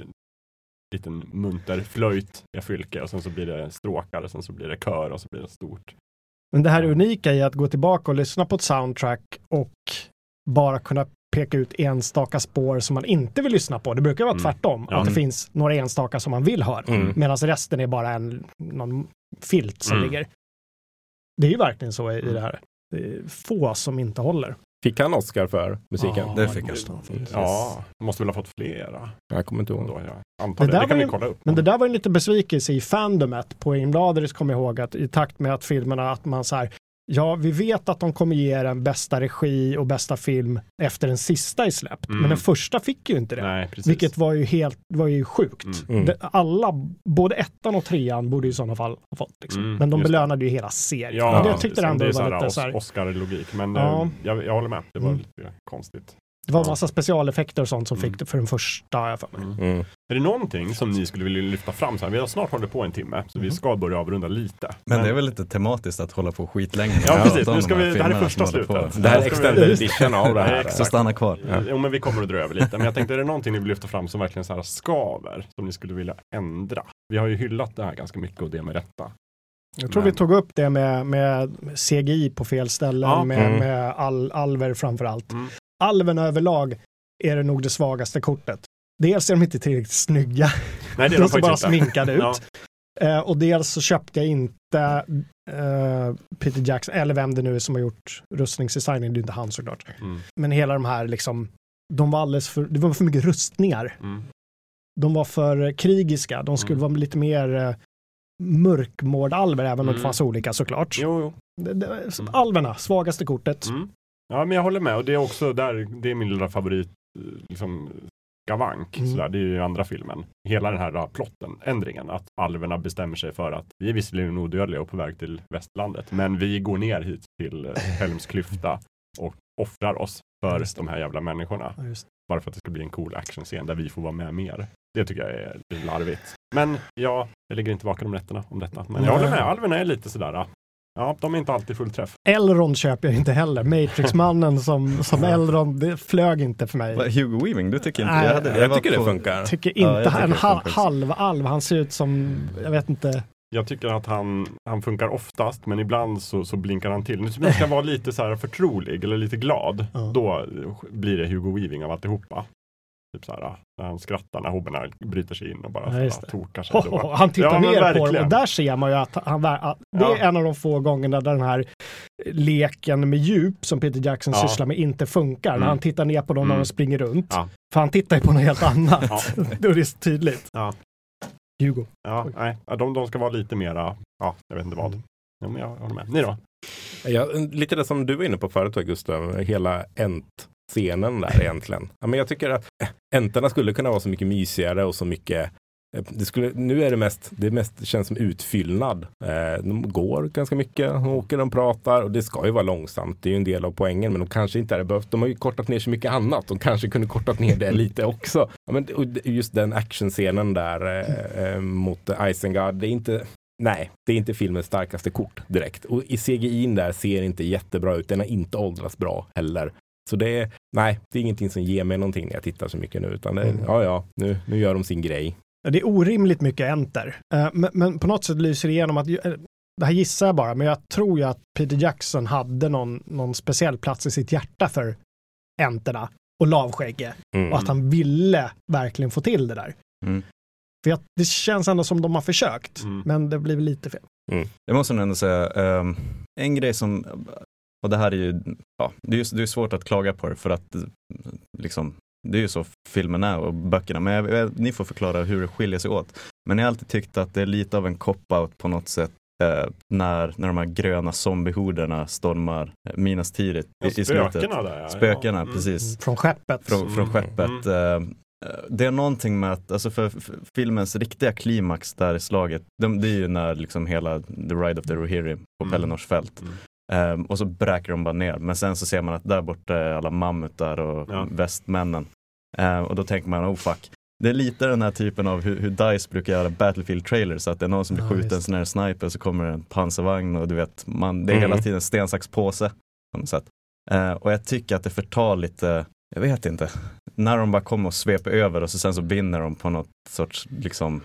liten munter flöjt i fylke och sen så blir det stråkar och sen så blir det kör och så blir det stort. Men det här är unika i att gå tillbaka och lyssna på ett soundtrack och bara kunna peka ut enstaka spår som man inte vill lyssna på. Det brukar vara mm. tvärtom. Ja. Att det finns några enstaka som man vill höra. Mm. Medan resten är bara en någon filt som mm. ligger. Det är ju verkligen så i, i det här. Det är få som inte håller. Fick han Oscar för musiken? Ja, det fick han. Ja, måste väl ha fått flera. Jag kommer inte ihåg. Då, jag antar det. Det, det kan vi kolla upp. Men det där var en liten besvikelse i fandomet på Inbladers, kommer jag ihåg, att i takt med att filmerna, att man så här, ja, vi vet att de kommer ge den bästa regi och bästa film efter den sista är släppt. Mm. Men den första fick ju inte det. Nej, precis. Vilket var ju helt, var ju sjukt. Mm. Det, alla, både ettan och trean borde i sådana fall ha fått. Liksom. Mm, men de belönade ju hela serien. Ja, det jag tyckte det ändå det var lite os- så här. Oscar-logik. Men ja. äh, jag, jag håller med. Det var mm. lite konstigt. Det var en massa specialeffekter och sånt som mm. fick det för den första. För mig. Mm. Mm. Är det någonting som ni skulle vilja lyfta fram? Så här? Vi har snart hållit på en timme, så vi ska börja avrunda lite. Men, Men det är väl lite tematiskt att hålla på skitlänge. Ja, precis. Nu ska vi, det här är första slutet. Det här är extended edition av det här. Så stanna kvar. Ja. Jo, men vi kommer att dra över lite. Men jag tänkte, är det någonting ni vill lyfta fram som verkligen så här skaver, som ni skulle vilja ändra? Vi har ju hyllat det här ganska mycket och det med rätta. Jag tror Men... vi tog upp det med, med C G I på fel ställen, ja. med, mm. med all, alver framförallt. Mm. Alven överlag är det nog det svagaste kortet. Dels är de inte tillräckligt snygga. Nej, det är de de som bara inte. Sminkade ut. Ja. Uh, och dels så köpte jag inte uh, Peter Jackson, eller vem det nu är som har gjort rustningsdesignen, det är inte han såklart. Mm. Men hela de här liksom, de var alldeles för, det var för mycket rustningar. Mm. De var för krigiska. De skulle mm. vara lite mer uh, mörkmårdalver, även om mm. det fanns olika såklart. Jo, jo. Det, det, mm. Alverna, svagaste kortet. Mm. Ja, men jag håller med. Och det är också där, det är min lilla favorit, liksom skavank. Mm. Sådär, det är ju i andra filmen. Hela den här plotten, ändringen, att alverna bestämmer sig för att vi är visserligen odödliga och på väg till västlandet, men vi går ner hit till Helms klyfta och offrar oss för de här jävla människorna. Ja, just. Bara för att det ska bli en cool actionscen där vi får vara med mer. Det tycker jag är lite larvigt. Men ja, jag ligger inte vaken om rätterna om detta. Men jag håller med, alverna är lite sådär. Ja, de är inte alltid fullträff. Elrond köper jag inte heller. Matrix-mannen som, som Elrond, det flög inte för mig. Hugo Weaving, du tycker inte? Nej, jag, hade, jag, jag tycker på, det funkar. Tycker inte, ja, tycker en ha, det halvalv, han ser ut som, jag vet inte. Jag tycker att han, han funkar oftast, men ibland så, så blinkar han till. Nu ska han vara lite så här förtrolig eller lite glad. Ja. Då blir det Hugo Weaving av alltihopa. Typ så här, när han skrattar, när hobbarna bryter sig in och bara Ja, så här, tokar sig. Oh, oh, han tittar ja, ner på verkligen. dem och där ser man ju att, han, att det är Ja. en av de få gångerna där den här leken med djup som Peter Jackson Ja. sysslar med inte funkar. Mm. När han tittar ner på dem Mm. när de springer runt. Ja. För han tittar ju på något helt annat. Ja. Då är det så tydligt. Ja. Hugo. Ja, nej, de, de ska vara lite mera, ja, jag vet inte vad. Ja, men jag håller med. Ni då? Ja, lite det som du var inne på förut, Gustav, hela Ent-scenen där egentligen. Ja, men jag tycker att Enterna skulle kunna vara så mycket mysigare och så mycket, det skulle, nu är det mest, det mest känns som utfyllnad. Eh, de går ganska mycket, de åker, de pratar och det ska ju vara långsamt, det är ju en del av poängen, men de kanske inte hade behövt, de har ju kortat ner så mycket annat, de kanske kunde kortat ner det lite också. Ja, men just den actionscenen där eh, mot Isengard, det är inte... Nej, det är inte filmens starkaste kort direkt. Och i C G I där ser inte jättebra ut. Den har inte åldrats bra heller. Så det är, nej, det är ingenting som ger mig någonting när jag tittar så mycket nu. Utan det är, mm. ja, ja, nu, nu gör de sin grej. Det är orimligt mycket enter. Uh, men, men på något sätt lyser det igenom att, uh, det här gissar jag bara, men jag tror ju att Peter Jackson hade någon, någon speciell plats i sitt hjärta för enterna och lavskägge. Mm. Och att han ville verkligen få till det där. Mm. För jag, det känns ändå som de har försökt, mm. men det blir lite fel. Mm. Jag måste ändå säga, um, en grej som, och det här är ju, ja, det är, ju, det är svårt att klaga på det för att liksom, det är ju så filmen är och böckerna, men jag, jag, ni får förklara hur det skiljer sig åt. Men jag har alltid tyckt att det är lite av en cop-out på något sätt eh, när, när de här gröna zombiehorderna stormar Minas Tirith ja, i, i slutet. Spökena där. Ja. Spökena, mm. precis. Från skeppet. Från, från skeppet. Mm. Eh, det är någonting med att, alltså för, för filmens riktiga klimax där i slaget, de, det är ju när liksom hela The Ride of the Rohirrim på mm. Pelennors fält. Mm. Um, och så bräker de bara ner. Men sen så ser man att där borta är alla mammutar och ja. västmännen. Um, och då tänker man, oh fuck. Det är lite den här typen av hur, hur DICE brukar göra Battlefield-trailers. Så att det är någon som blir ja, skjuten, så när det är sniper så kommer en pansarvagn och du vet, man, det är mm. hela tiden sten, sax, påse på något sätt. Uh, och jag tycker att det förtar lite, jag vet inte, när de bara kommer och sveper över och så sen så vinner de på något sorts liksom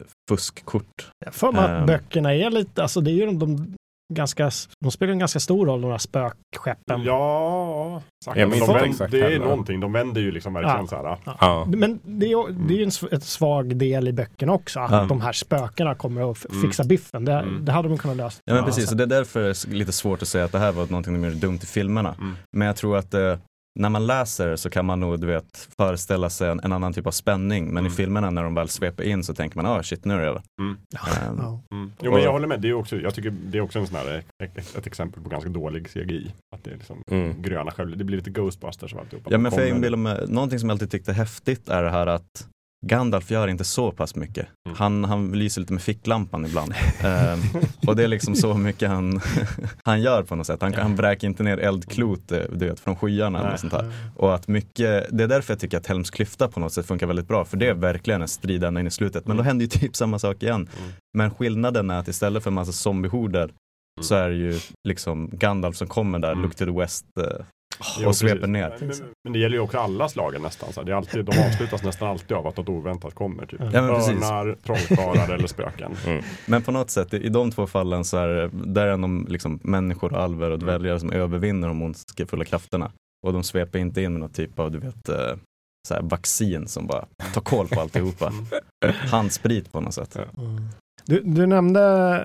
fuskkort. Jag får mig att um, böckerna är lite, alltså det är ju de, de ganska, de spelar en ganska stor roll, de här spökskeppen. Ja, ja men de vänder, det är heller. Någonting, de vänder ju liksom verkligen ja. så här. Ja. Ja. Men det är, det är ju en ett svag del i böckerna också, att ja. de här spökena kommer att fixa mm. biffen. Det, mm. det hade de kunnat lösa. Ja men precis, och det är därför lite svårt att säga att det här var någonting de gjorde dumt i filmerna. Mm. Men jag tror att eh, när man läser så kan man nog, du vet, föreställa sig en, en annan typ av spänning. Men mm. i filmerna när de väl sveper in så tänker man, ah shit, nu är det över. Mm. Um, mm. Jo, men jag håller med. Det är också, jag tycker det är också en sån här, ett, ett exempel på ganska dålig C G I. Att det är liksom mm. gröna själv. Det blir lite Ghostbusters och alltihop. Ja, men för jag inbillar mig, någonting som jag alltid tyckte häftigt är det här att Gandalf gör inte så pass mycket. Mm. Han, han lyser lite med ficklampan ibland. um, och det är liksom så mycket han, han gör på något sätt. Han, han bräker inte ner eldklot du vet, från skyarna och sånt här. Och att mycket, det är därför jag tycker att Helms klyfta på något sätt funkar väldigt bra. För det är verkligen en strid ända in i slutet. Men då händer ju typ samma sak igen. Mm. Men skillnaden är att istället för en massa zombiehorder mm. så är det ju liksom Gandalf som kommer där, mm. look to the west uh, och jo, sveper precis. ner. Men, men det gäller ju också alla slagen nästan. Så det är alltid, de avslutas nästan alltid av att något oväntat kommer. Typ. Ja, örnar, trollkarlar eller spöken. Mm. Men på något sätt, i de två fallen så är där är de liksom människor, alver och dvärgar som övervinner de ondskefulla krafterna. Och de sveper inte in med någon typ av, du vet, så här vaccin som bara tar koll på alltihopa. Handsprit på något sätt. Mm. Du, du nämnde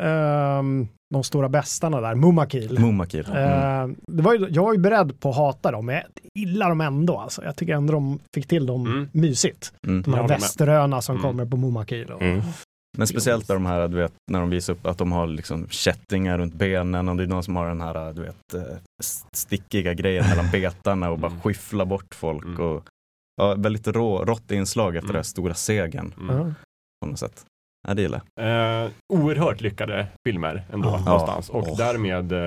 um, de stora bästarna där, Mumakil. Mumakil. Mm. Uh, det var ju, jag var ju beredd på att hata dem, men jag gillar dem ändå. Alltså. Jag tycker ändå de fick till dem mm. mysigt. Mm. De här ja, västeröna som mm. kommer på Mumakil. Och, mm. Men speciellt de här, du vet, när de visar upp att de har liksom kättingar runt benen och det är någon som har den här, du vet, stickiga grejen mellan betarna och bara mm. skyffla bort folk. Mm. Och, ja, väldigt rå, rått inslag efter mm. den här stora segern. Mm. På något sätt. Ja, det gillar. Eh, oerhört lyckade filmer ändå ja. någonstans. Och oh. därmed eh,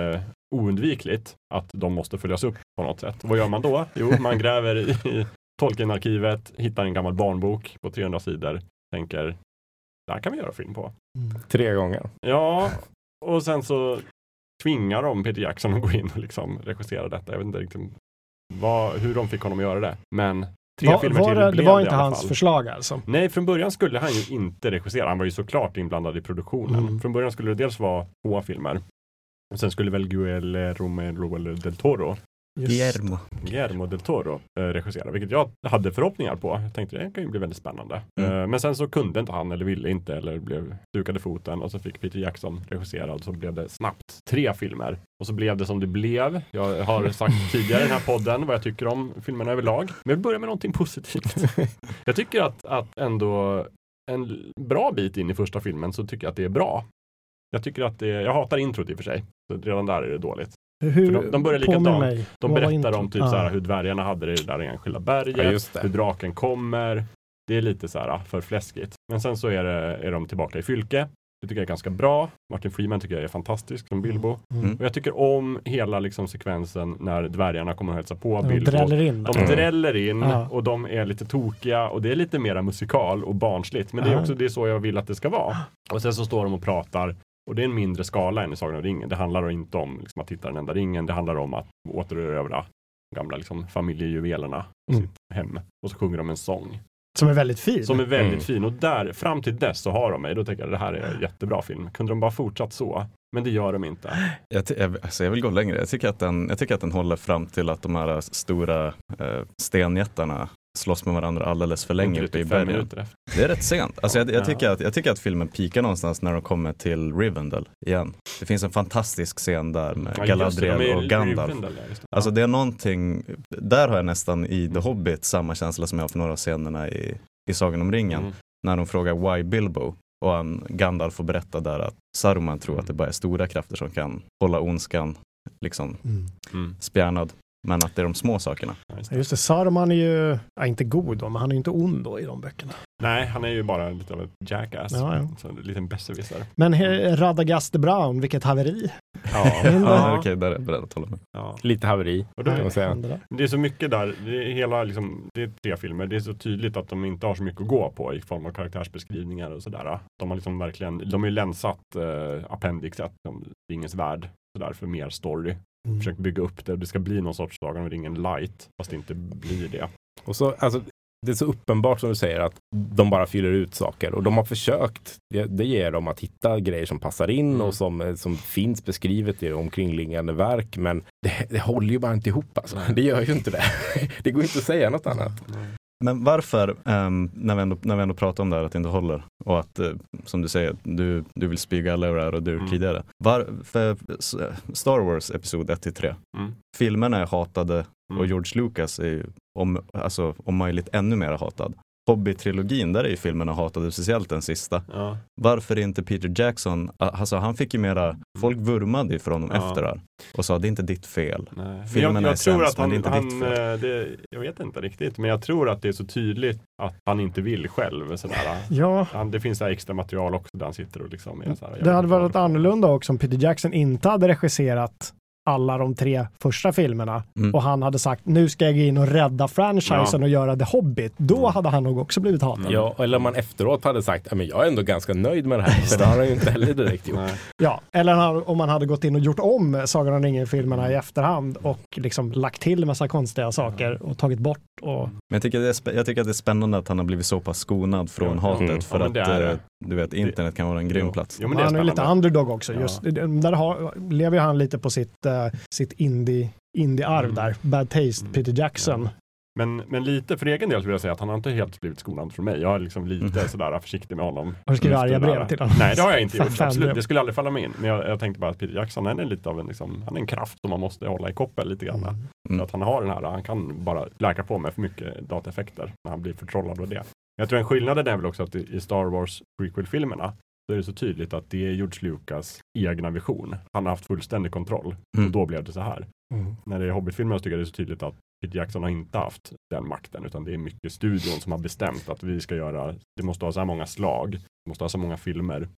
oundvikligt att de måste följas upp på något sätt. Vad gör man då? Jo, man gräver i, i Tolkien-arkivet, hittar en gammal barnbok på trehundra sidor, tänker, där kan vi göra film på. Mm. Tre gånger. Ja, och sen så tvingar de Peter Jackson att gå in och liksom regissera detta. Jag vet inte riktigt vad, hur de fick honom att göra det, men tre Va, filmer var till det, blev det var det inte i alla hans fall. förslag alltså? Nej, från början skulle han ju inte regissera. Han var ju såklart inblandad i produktionen. Mm. Från början skulle det dels vara två filmer. Och sen skulle väl Guillermo del Toro Guillermo. Guillermo del Toro eh, regissera, vilket jag hade förhoppningar på. Jag tänkte det kan ju bli väldigt spännande. Mm. Eh, men sen så kunde inte han eller ville inte eller blev dukade foten och så fick Peter Jackson regissera och så blev det snabbt tre filmer. Och så blev det som det blev. Jag har sagt tidigare i den här podden vad jag tycker om filmerna överlag. Men jag börjar med någonting positivt. Jag tycker att, att ändå en bra bit in i första filmen så tycker jag att det är bra. Jag tycker att det, jag hatar introt i och för sig. Så redan där är det dåligt. Hur, de, de börjar likadant. De Vad berättar om typ ah. såhär, hur dvärgarna hade det i det där enskilda berget. Ja, hur draken kommer. Det är lite så här för fläskigt. Men sen så är, det, är de tillbaka i Fylke. Det tycker jag är ganska bra. Martin Freeman tycker jag är fantastisk som Bilbo. Mm. Och jag tycker om hela liksom, sekvensen när dvärgarna kommer och hälsa på De Bilbo. dräller in. De dräller in Mm. och de är lite tokiga och det är lite mera musikal och barnsligt. Men det är Mm. också det är så jag vill att det ska vara. Och sen så står de och pratar. Och det är en mindre skala än i Sagan om ringen. Det handlar inte om liksom, att hitta den enda ringen. Det handlar om att återerövra de gamla liksom, familjejuvelerna i Mm. sitt hem. Och så sjunger de en sång. Som är väldigt fin. Som är väldigt Mm. fin. Och där, fram till dess så har de mig. Då tänker jag, det här är en jättebra film. Kunde de bara fortsatt så? Men det gör de inte. Jag, t- jag, alltså jag vill gå längre. Jag tycker, att den, jag tycker att den håller fram till att de här stora eh, stenjättarna slåss med varandra alldeles för länge uppe i bergen. Det är rätt sent. Alltså jag, jag, tycker att, jag tycker att filmen pikar någonstans när de kommer till Rivendell igen. Det finns en fantastisk scen där med Ja, Galadriel det, och Gandalf. Rivendell, ja, just det. Alltså det är någonting, där har jag nästan i The Hobbit samma känsla som jag har för några scenerna i, i Sagan om ringen. Mm. När de frågar why Bilbo och han, Gandalf får berätta där att Saruman tror att det bara är stora krafter som kan hålla ondskan liksom Mm. Mm. spjärnad. Men att det är de små sakerna. Ja, just Ja, det. just det, Saruman är ju, ja, inte god då, men han är ju inte ond då i de böckerna. Nej, han är ju bara lite av ett jackass. Ja, ja. Så en liten besserwisser. Men he- Radagast the Brown, vilket haveri. Ja. Ja, ja. okej, där är jag beredd att hålla med. ja. Lite haveri. Och då, kan man säga. det är så mycket där, det är, hela, liksom, det är tre filmer, det är så tydligt att de inte har så mycket att gå på i form av karaktärsbeskrivningar och sådär. De har liksom verkligen, de har ju länsat eh, appendixet, som Ringens värld, sådär för mer story. Mm. Försökt bygga upp det, det ska bli någon sorts Sagan om ringen light, fast det inte blir det. Och så, alltså, det är så uppenbart som du säger att de bara fyller ut saker. Och de har försökt, det, det ger dem att hitta grejer som passar in Mm. och som, som finns beskrivet i omkringliggande verk. Men det, det håller ju bara inte ihop alltså. Det gör ju inte det. Det går inte att säga något annat. Men varför, um, när, vi ändå, när vi ändå pratar om det här att det inte håller och att, uh, som du säger, du, du vill spyga alla ur och du Mm. tidigare. Var, för Star Wars episod ett till tre, Mm. filmerna är hatade Mm. och George Lucas är ju om, alltså, om möjligt ännu mer hatad. Hobbit-trilogin, där är ju filmerna hatade, speciellt den sista. Ja. Varför är inte Peter Jackson, alltså han fick ju mera, folk vurmade ju för honom Ja. efter det här och sa det är inte ditt fel. Nej. Men Filmerna jag, är jag tror sämst, att han, men det är inte han ditt fel. eh, det, jag vet inte riktigt, men jag tror att det är så tydligt att han inte vill själv. Sådär. Ja, Han, det finns så här extra material också där han sitter och liksom är så här, jag det vet hade inte vad varit det är. annorlunda också om Peter Jackson inte hade regisserat alla de tre första filmerna Mm. och han hade sagt nu ska jag gå in och rädda franchisen Ja. och göra The Hobbit. Då Mm. hade han nog också blivit hatad. Ja, eller om man efteråt hade sagt att jag är ändå ganska nöjd med det här. För det har han ju inte heller direkt gjort. Nej. Ja, eller han- om man hade gått in och gjort om Sagan om ringen-filmerna i efterhand och liksom lagt till en massa konstiga saker och tagit bort och Men jag tycker, det är spä- jag tycker att det är spännande att han har blivit så pass skonad från Ja. hatet Mm. för Ja, men det att är det. eh, du vet, internet kan vara en grym Jo. plats. Jo, men det är han är lite spännande. underdog också. Ja. Just, där har, lever ju han lite på sitt, uh, sitt indie, indie-arv Mm. där. Bad Taste, Mm. Peter Jackson. Ja. Men, men lite för egen del vill jag säga att han har inte helt blivit skonad från mig. Jag är liksom lite Mm. sådär försiktig med honom. Har du skrivit Efter arga det brev där. till honom? Nej, det har jag inte gjort. Fan, Absolut. det- Det skulle aldrig falla mig in. Men jag, jag tänkte bara att Peter Jackson han är lite av en, liksom, han är en kraft som man måste hålla i koppel lite grann. Mm. Mm. För att han har den här, han kan bara läka på med för mycket dataeffekter när han blir förtrollad av det. Jag tror en skillnad är väl också att i i Star Wars prequel-filmerna så är det så tydligt att det är George Lucas egna vision. Han har haft fullständig kontroll Mm. och då blev det så här. Mm. När det är Hobbit-filmerna så tycker jag det är så tydligt att Peter Jackson har inte haft den makten utan det är mycket studion som har bestämt att vi ska göra, det måste ha så här många slag, det måste ha så många filmer.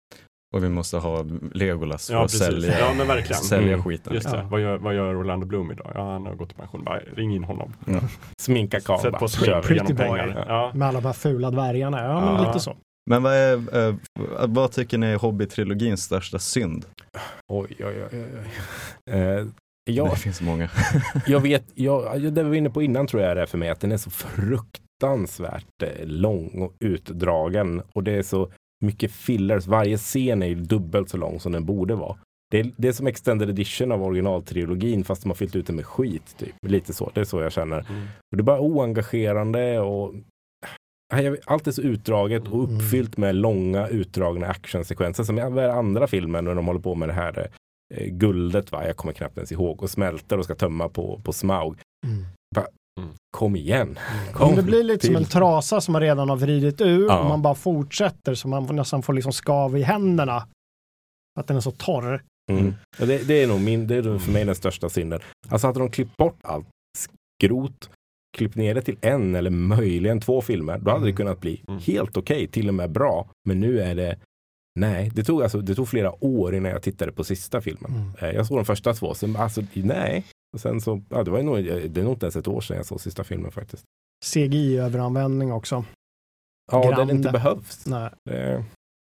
Och vi måste ha Legolas för ja, att sälja, ja, men verkligen. sälja mm. skiten. Just det. Ja. Vad, gör, vad gör Orlando Bloom idag? Ja, han har gått i pension. Bara ring in honom. Ja. Sminka Karl. Sätt på Pretty, sig genom boy. pengar. Ja. Med alla de här fula dvärgarna. Ja, men Ja. lite så. Men vad, är, eh, vad tycker ni är Hobbit-trilogins största synd? Oj, oj, oj, oj. Eh, jag, Det finns många. jag vet, jag, det vi var inne på innan tror jag det är för mig, att den är så fruktansvärt eh, lång och utdragen. Och det är så mycket fillers. Varje scen är ju dubbelt så lång som den borde vara. Det är, det är som extended edition av originaltrilogin fast de har fyllt ut det med skit. Typ. Lite så, det är så jag känner. Mm. Och det är bara oengagerande och allt är så utdraget och uppfyllt med långa utdragna actionsekvenser som i andra filmer när de håller på med det här eh, guldet, va? Jag kommer knappt ens ihåg, och smälter och ska tömma på, på Smaug. Mm. Bara, mm. Kom igen. Kom Om det blir lite till. som en trasa som man redan har vridit ur Ja. och man bara fortsätter så man nästan får liksom skav i händerna. Att den är så torr. Mm. Ja, det, det är nog min, det är nog för mig den största synden. Alltså hade de klippt bort allt skrot, klippt ner det till en eller möjligen två filmer, då hade det kunnat bli mm. helt okej, okay, till och med bra. Men nu är det, nej, det tog, alltså, det tog flera år innan jag tittade på sista filmen. Mm. Jag såg de första två, sen alltså, nej. Och sen så, ja, det var nog, det är nog inte ens ett år sedan jag såg sista filmen faktiskt. C G I-överanvändning också. Ja, Grande. den inte behövs. Nej. Det...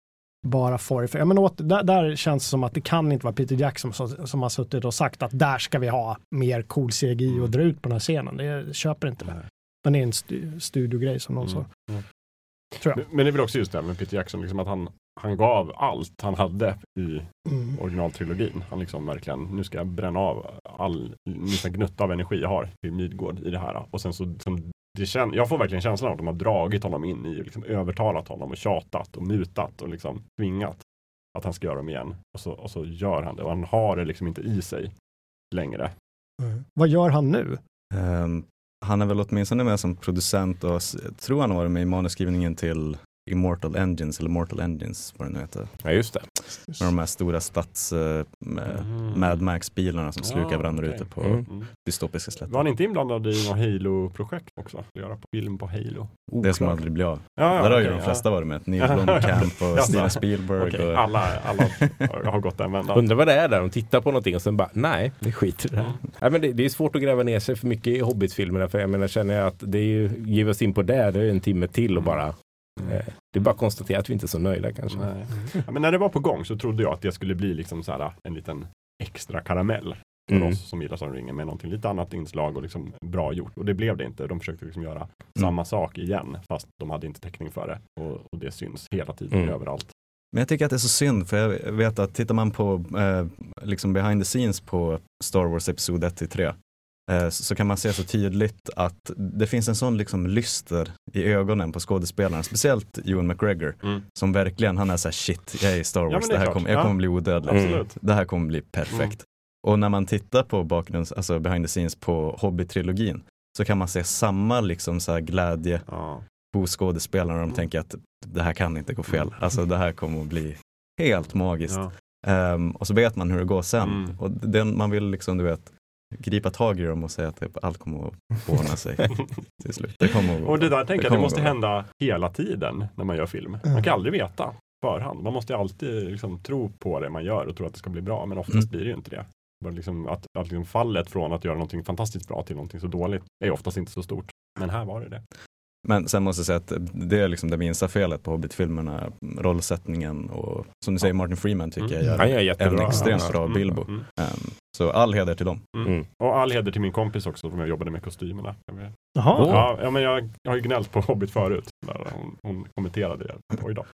Bara for, ja, men åt, där, där känns det som att det kan inte vara Peter Jackson som, som har suttit och sagt att där ska vi ha mer cool C G I mm. och dra ut på den här scenen. Det köper inte det. Den är en stu, studiogrej som någon mm. sa. Mm. Tror jag. Men det är väl också just det med Peter Jackson, liksom att han, han gav allt han hade i mm. originaltrilogin. Han liksom verkligen, nu ska jag bränna av all liksom gnutta av energi jag har till Midgård i det här. Och sen så som det kän, jag får verkligen känslan av att de har dragit honom in i, liksom övertalat honom och tjatat och mutat och liksom tvingat att han ska göra dem igen. Och så, och så gör han det. Och han har det liksom inte i sig längre. Mm. Vad gör han nu? Um, han är väl åtminstone med som producent och jag tror han har varit med i manuskrivningen till Immortal Engines eller Mortal Engines, vad det nu heter. Ja, just det. Med de här stora stats uh, med mm. Mad Max-bilarna som slukar ja, varandra okay. ute på mm. dystopiska slätter. Var han inte inblandad i något Halo-projekt också? Att göra på film på Halo? Oh, det som aldrig blir av. Ja, ja, Där har okay, ju de flesta ja. varit med. Neil Blomkamp och Steven Spielberg. Okay. Och... Alla, alla har gått den vändan. Undrar vad det är där. De tittar på någonting och sen bara, nej, det skiter det. Mm. Ja, men det, det är svårt att gräva ner sig för mycket i Hobbit-filmerna. För jag menar, känner jag att det är ju, ge oss in på det, det är en timme till och bara... Mm. Det är bara att konstatera att vi inte är så nöjda kanske. Nej. Ja, men när det var på gång så trodde jag att det skulle bli liksom så här, en liten extra karamell för mm. oss som gillar Sagan om ringen med någonting lite annat inslag och liksom bra gjort. Och det blev det inte. De försökte liksom göra mm. samma sak igen fast de hade inte täckning för det. Och, och det syns hela tiden mm. överallt. Men jag tycker att det är så synd för jag vet att tittar man på eh, liksom behind the scenes på Star Wars episod ett till tre så kan man se så tydligt att det finns en sån liksom lyster i ögonen på skådespelarna, speciellt Ewan McGregor som mm. verkligen, han är så här shit, jag är i Star Wars, ja, det, det här kommer, jag kommer ja. bli odödlig. Mm. Det här kommer bli perfekt. Mm. Och när man tittar på bakgrunds, alltså behind the scenes på Hobbit-trilogin så kan man se samma liksom så här glädje ja. hos skådespelarna och de mm. tänker att det här kan inte gå fel. Alltså det här kommer att bli helt magiskt. Ja. Um, och så vet man hur det går sen. Mm. Och den, man vill liksom, du vet, gripa tag i dem och säga att det, allt kommer att ordna sig till slut. Det kommer att, och det där tänker jag, det måste hända hela tiden när man gör film. Man kan aldrig veta förhand. Man måste alltid liksom tro på det man gör och tro att det ska bli bra, men oftast mm. blir det ju inte det. Bara liksom att, att liksom fallet från att göra någonting fantastiskt bra till någonting så dåligt är oftast inte så stort. Men här var det det. Men sen måste jag säga att det är liksom det minsta felet på Hobbit-filmerna, rollsättningen och som du säger, Martin Freeman tycker mm. jag gör, gör en extremt ja, bra mm. Bilbo. Mm. Um, så all heder till dem. Mm. Mm. Och all heder till min kompis också som jag jobbade med kostymerna. Jaha. Ja, ja, men jag, jag har ju gnällt på Hobbit förut. Där hon, hon kommenterade det. Oj då.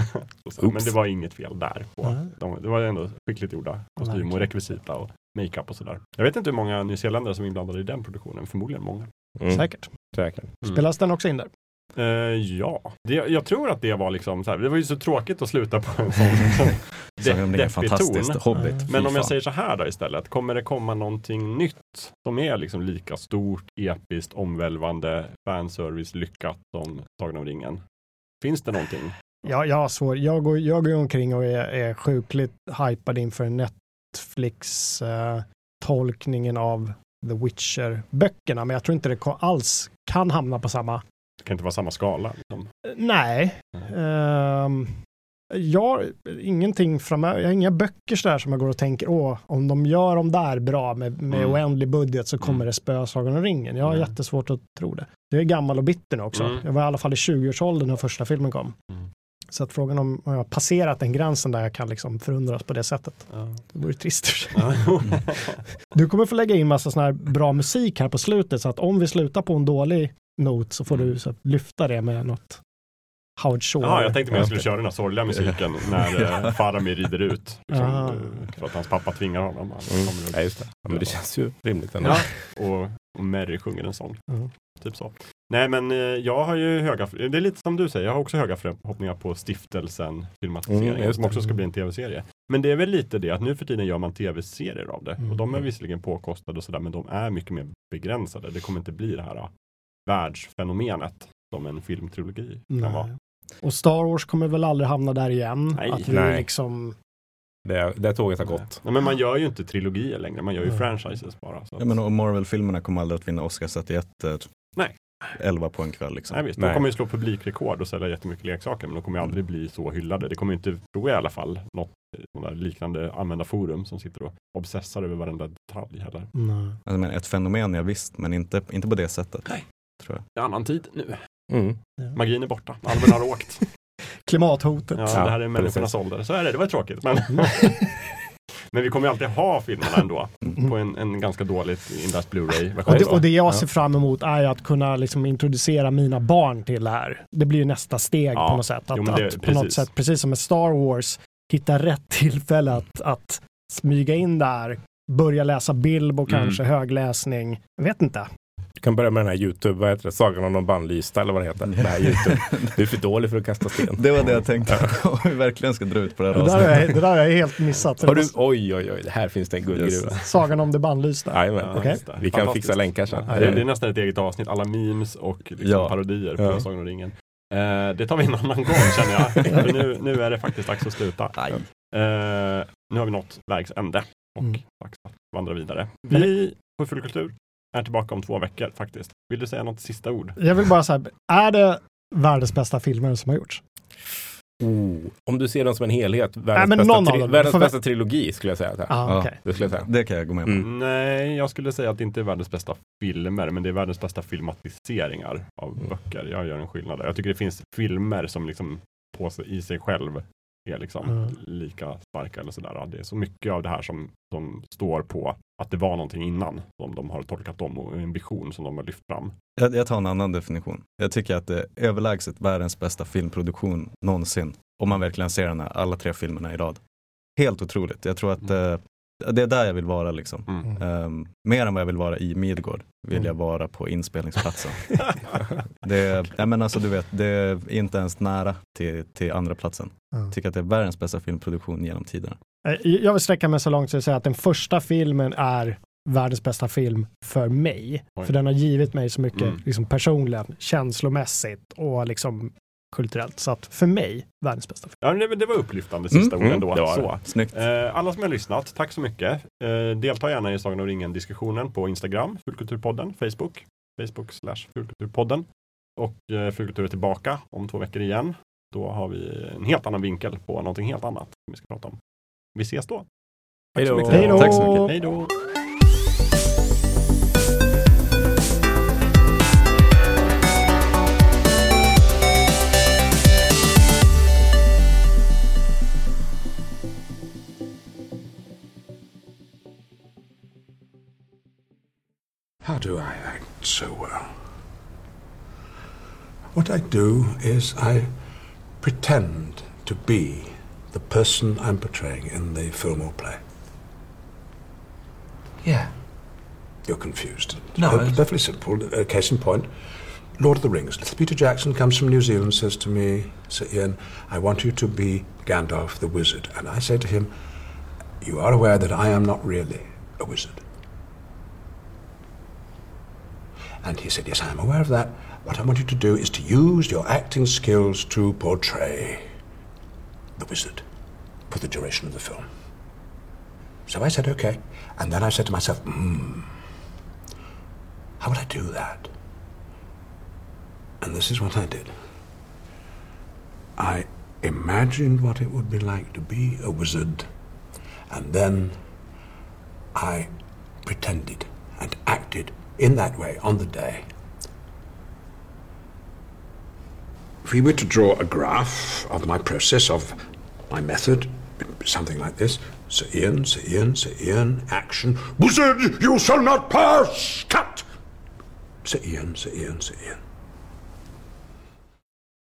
så, men det var inget fel där. På. Mm. De, det var ändå skickligt gjorda kostym och rekvisita och makeup och sådär. Jag vet inte hur många nyzeeländare som är inblandade i den produktionen. Förmodligen många. Mm. Säkert. Säkert. Mm. Spelas den också in där? Uh, ja, det, jag tror att det var liksom så här, det var ju så tråkigt att sluta på en sån de, det är fantastiskt Hobbit. Mm. Men om jag säger så här då istället, kommer det komma någonting nytt som är liksom lika stort, episkt, omvälvande, fanservice, lyckat som Sagan om ringen? Finns det någonting? Ja, jag har svår. Jag går, jag går omkring och är, är sjukligt hypad inför Netflix uh, tolkningen av The Witcher-böckerna, men jag tror inte det alls kan hamna på samma. Det kan inte vara samma skala. Liksom. Nej. Mm. Um, jag ingenting framöver. Jag har inga böcker så där som jag går och tänker, åh, om de gör dem där bra med, med mm. oändlig budget så kommer mm. det spöa Sagan om ringen. Jag har mm. jättesvårt att tro det. Jag är gammal och bitter nu också. Mm. Jag var i alla fall i tjugo-årsåldern när första filmen kom. Mm. Så att frågan om jag har passerat den gränsen där jag kan liksom förundras på det sättet. Ja. Det vore trist. Ja. Du kommer få lägga in massa sån här bra musik här på slutet, så att om vi slutar på en dålig not så får du så att lyfta det med något Howard Shore. Ja, jag tänkte att jag skulle köra den här sorgliga musiken när uh, Faramir rider ut. Liksom, för att hans pappa tvingar honom. Mm. Ja, just det. Ja, men det känns ju rimligt ändå. Ja. Och, och Mary sjunger en sång. Mm. Typ så. Nej, men eh, jag har ju höga, det är lite som du säger, jag har också höga förhoppningar på Stiftelsen filmatiseringen mm, som också ska bli en tv-serie. Men det är väl lite det att nu för tiden gör man tv-serier av det. Mm. Och de är visserligen påkostade och sådär, men de är mycket mer begränsade. Det kommer inte bli det här uh, världsfenomenet som en filmtrilogi kan vara. Och Star Wars kommer väl aldrig hamna där igen? Nej, att vi nej. liksom... Det, det tåget har gått. Nej, men man gör ju inte trilogier längre, man gör ju mm. franchises bara. Så. Ja, men och Marvel-filmerna kommer aldrig att vinna Oscarsstatyett. Nej. elva på en kväll liksom. Nej, visst. De kommer ju slå publikrekord och sälja jättemycket leksaker, men de kommer ju aldrig bli så hyllade. Det kommer ju inte, tror jag i alla fall, något liknande användarforum som sitter och obsessar över varenda detalj heller. Mm. Alltså, men ett fenomen, jag visst, men inte, inte på det sättet. Nej. Tror jag. Det är annan tid nu. Mm. Magin är borta. Alven har åkt. Klimathotet. Ja, ja, det här är människornas ålder. Så är det, det var tråkigt. Men, men vi kommer ju alltid ha filmerna ändå. Mm. På en, en ganska dåligt inläst Blu-ray. Och det, och det jag ser fram emot är att kunna liksom introducera mina barn till det här. Det blir ju nästa steg ja. på något sätt. Att, jo, det, att på något sätt, precis som med Star Wars, hitta rätt tillfälle att, att smyga in där. Börja läsa Bilbo, kanske mm. högläsning. Jag vet inte. Du kan börja med den här YouTube, vad heter det? Sagan om de bannlysta eller vad det heter. Det här YouTube. Du är för dålig för att kasta sten. Det var det jag tänkte. Om vi verkligen ska dra ut på det här det där, är, det där har jag helt missat. Har du, oj, oj, oj. Det här finns det en guldgruva. Sagan om det bannlysta. Ja, okay. Vi kan fixa länkar sen. Ja, det är nästan ett eget avsnitt. Alla memes och liksom ja. parodier på ja. Sagan om ringen. Eh, det tar vi en annan gång, känner jag. För nu, nu är det faktiskt dags att sluta. Eh, nu har vi nått vägs ände. Och mm. dags att vandra vidare. Vi på Fullkultur är tillbaka om två veckor faktiskt. Vill du säga något sista ord? Jag vill bara säga, är det världens bästa filmer som har gjorts? Oh. Om du ser dem som en helhet, världens, Nej, bästa, tri- världens bästa trilogi skulle jag säga. Ah, okay. Det skulle jag säga. Det kan jag gå med på. Mm. Nej, jag skulle säga att det inte är världens bästa filmer, men det är världens bästa filmatiseringar av mm. böcker. Jag gör en skillnad där. Jag tycker det finns filmer som liksom på sig, i sig själv är liksom mm. lika starka eller sådär. Det är så mycket av det här som, som står på att det var någonting innan som de har tolkat om och en vision som de har lyft fram. Jag, jag tar en annan definition. Jag tycker att det är överlägset världens bästa filmproduktion någonsin. Om man verkligen ser den här, alla tre filmerna i rad. Helt otroligt. Jag tror att mm. eh, det är där jag vill vara liksom. Mm. Um, mer än vad jag vill vara i Midgård vill mm. jag vara på inspelningsplatsen. det, är, ja, men alltså, du vet, det är inte ens nära till, till andra platsen. Mm. Jag tycker att det är världens bästa filmproduktion genom tiderna. Jag vill sträcka mig så långt så att säga att den första filmen är världens bästa film för mig. Oj. För den har givit mig så mycket mm. liksom, personligen, känslomässigt och liksom kulturellt. Så att för mig, världens bästa film. Ja, det, det var upplyftande sista mm. orden då. Mm. Så. Snyggt. Eh, alla som har lyssnat, tack så mycket. Eh, delta gärna i Sagan om ringen-diskussionen på Instagram, Fullkulturpodden, Facebook, Facebook slash Fullkulturpodden. Och eh, Fullkultur är tillbaka om två veckor igen. Då har vi en helt annan vinkel på någonting helt annat som vi ska prata om. Vi ses då. Hej då. Hej då. Tack så mycket. Hej då. How do I act so well? What I do is I pretend to be the person I'm portraying in the film or play. Yeah. You're confused. No, uh, it's perfectly simple. Uh, case in point, Lord of the Rings. Little Peter Jackson comes from New Zealand, says to me, Sir Ian, I want you to be Gandalf the Wizard. And I say to him, you are aware that I am not really a wizard. And he said, yes, I am aware of that. What I want you to do is to use your acting skills to portray the wizard for the duration of the film. So I said, okay. And then I said to myself, hmm, how would I do that? And this is what I did. I imagined what it would be like to be a wizard, and then I pretended and acted in that way on the day. If we were to draw a graph of my process, of my method, something like this, Sir Ian, Sir Ian, Sir Ian, action, wizard, you shall not pass, cut! Sir Ian, Sir Ian, Sir Ian.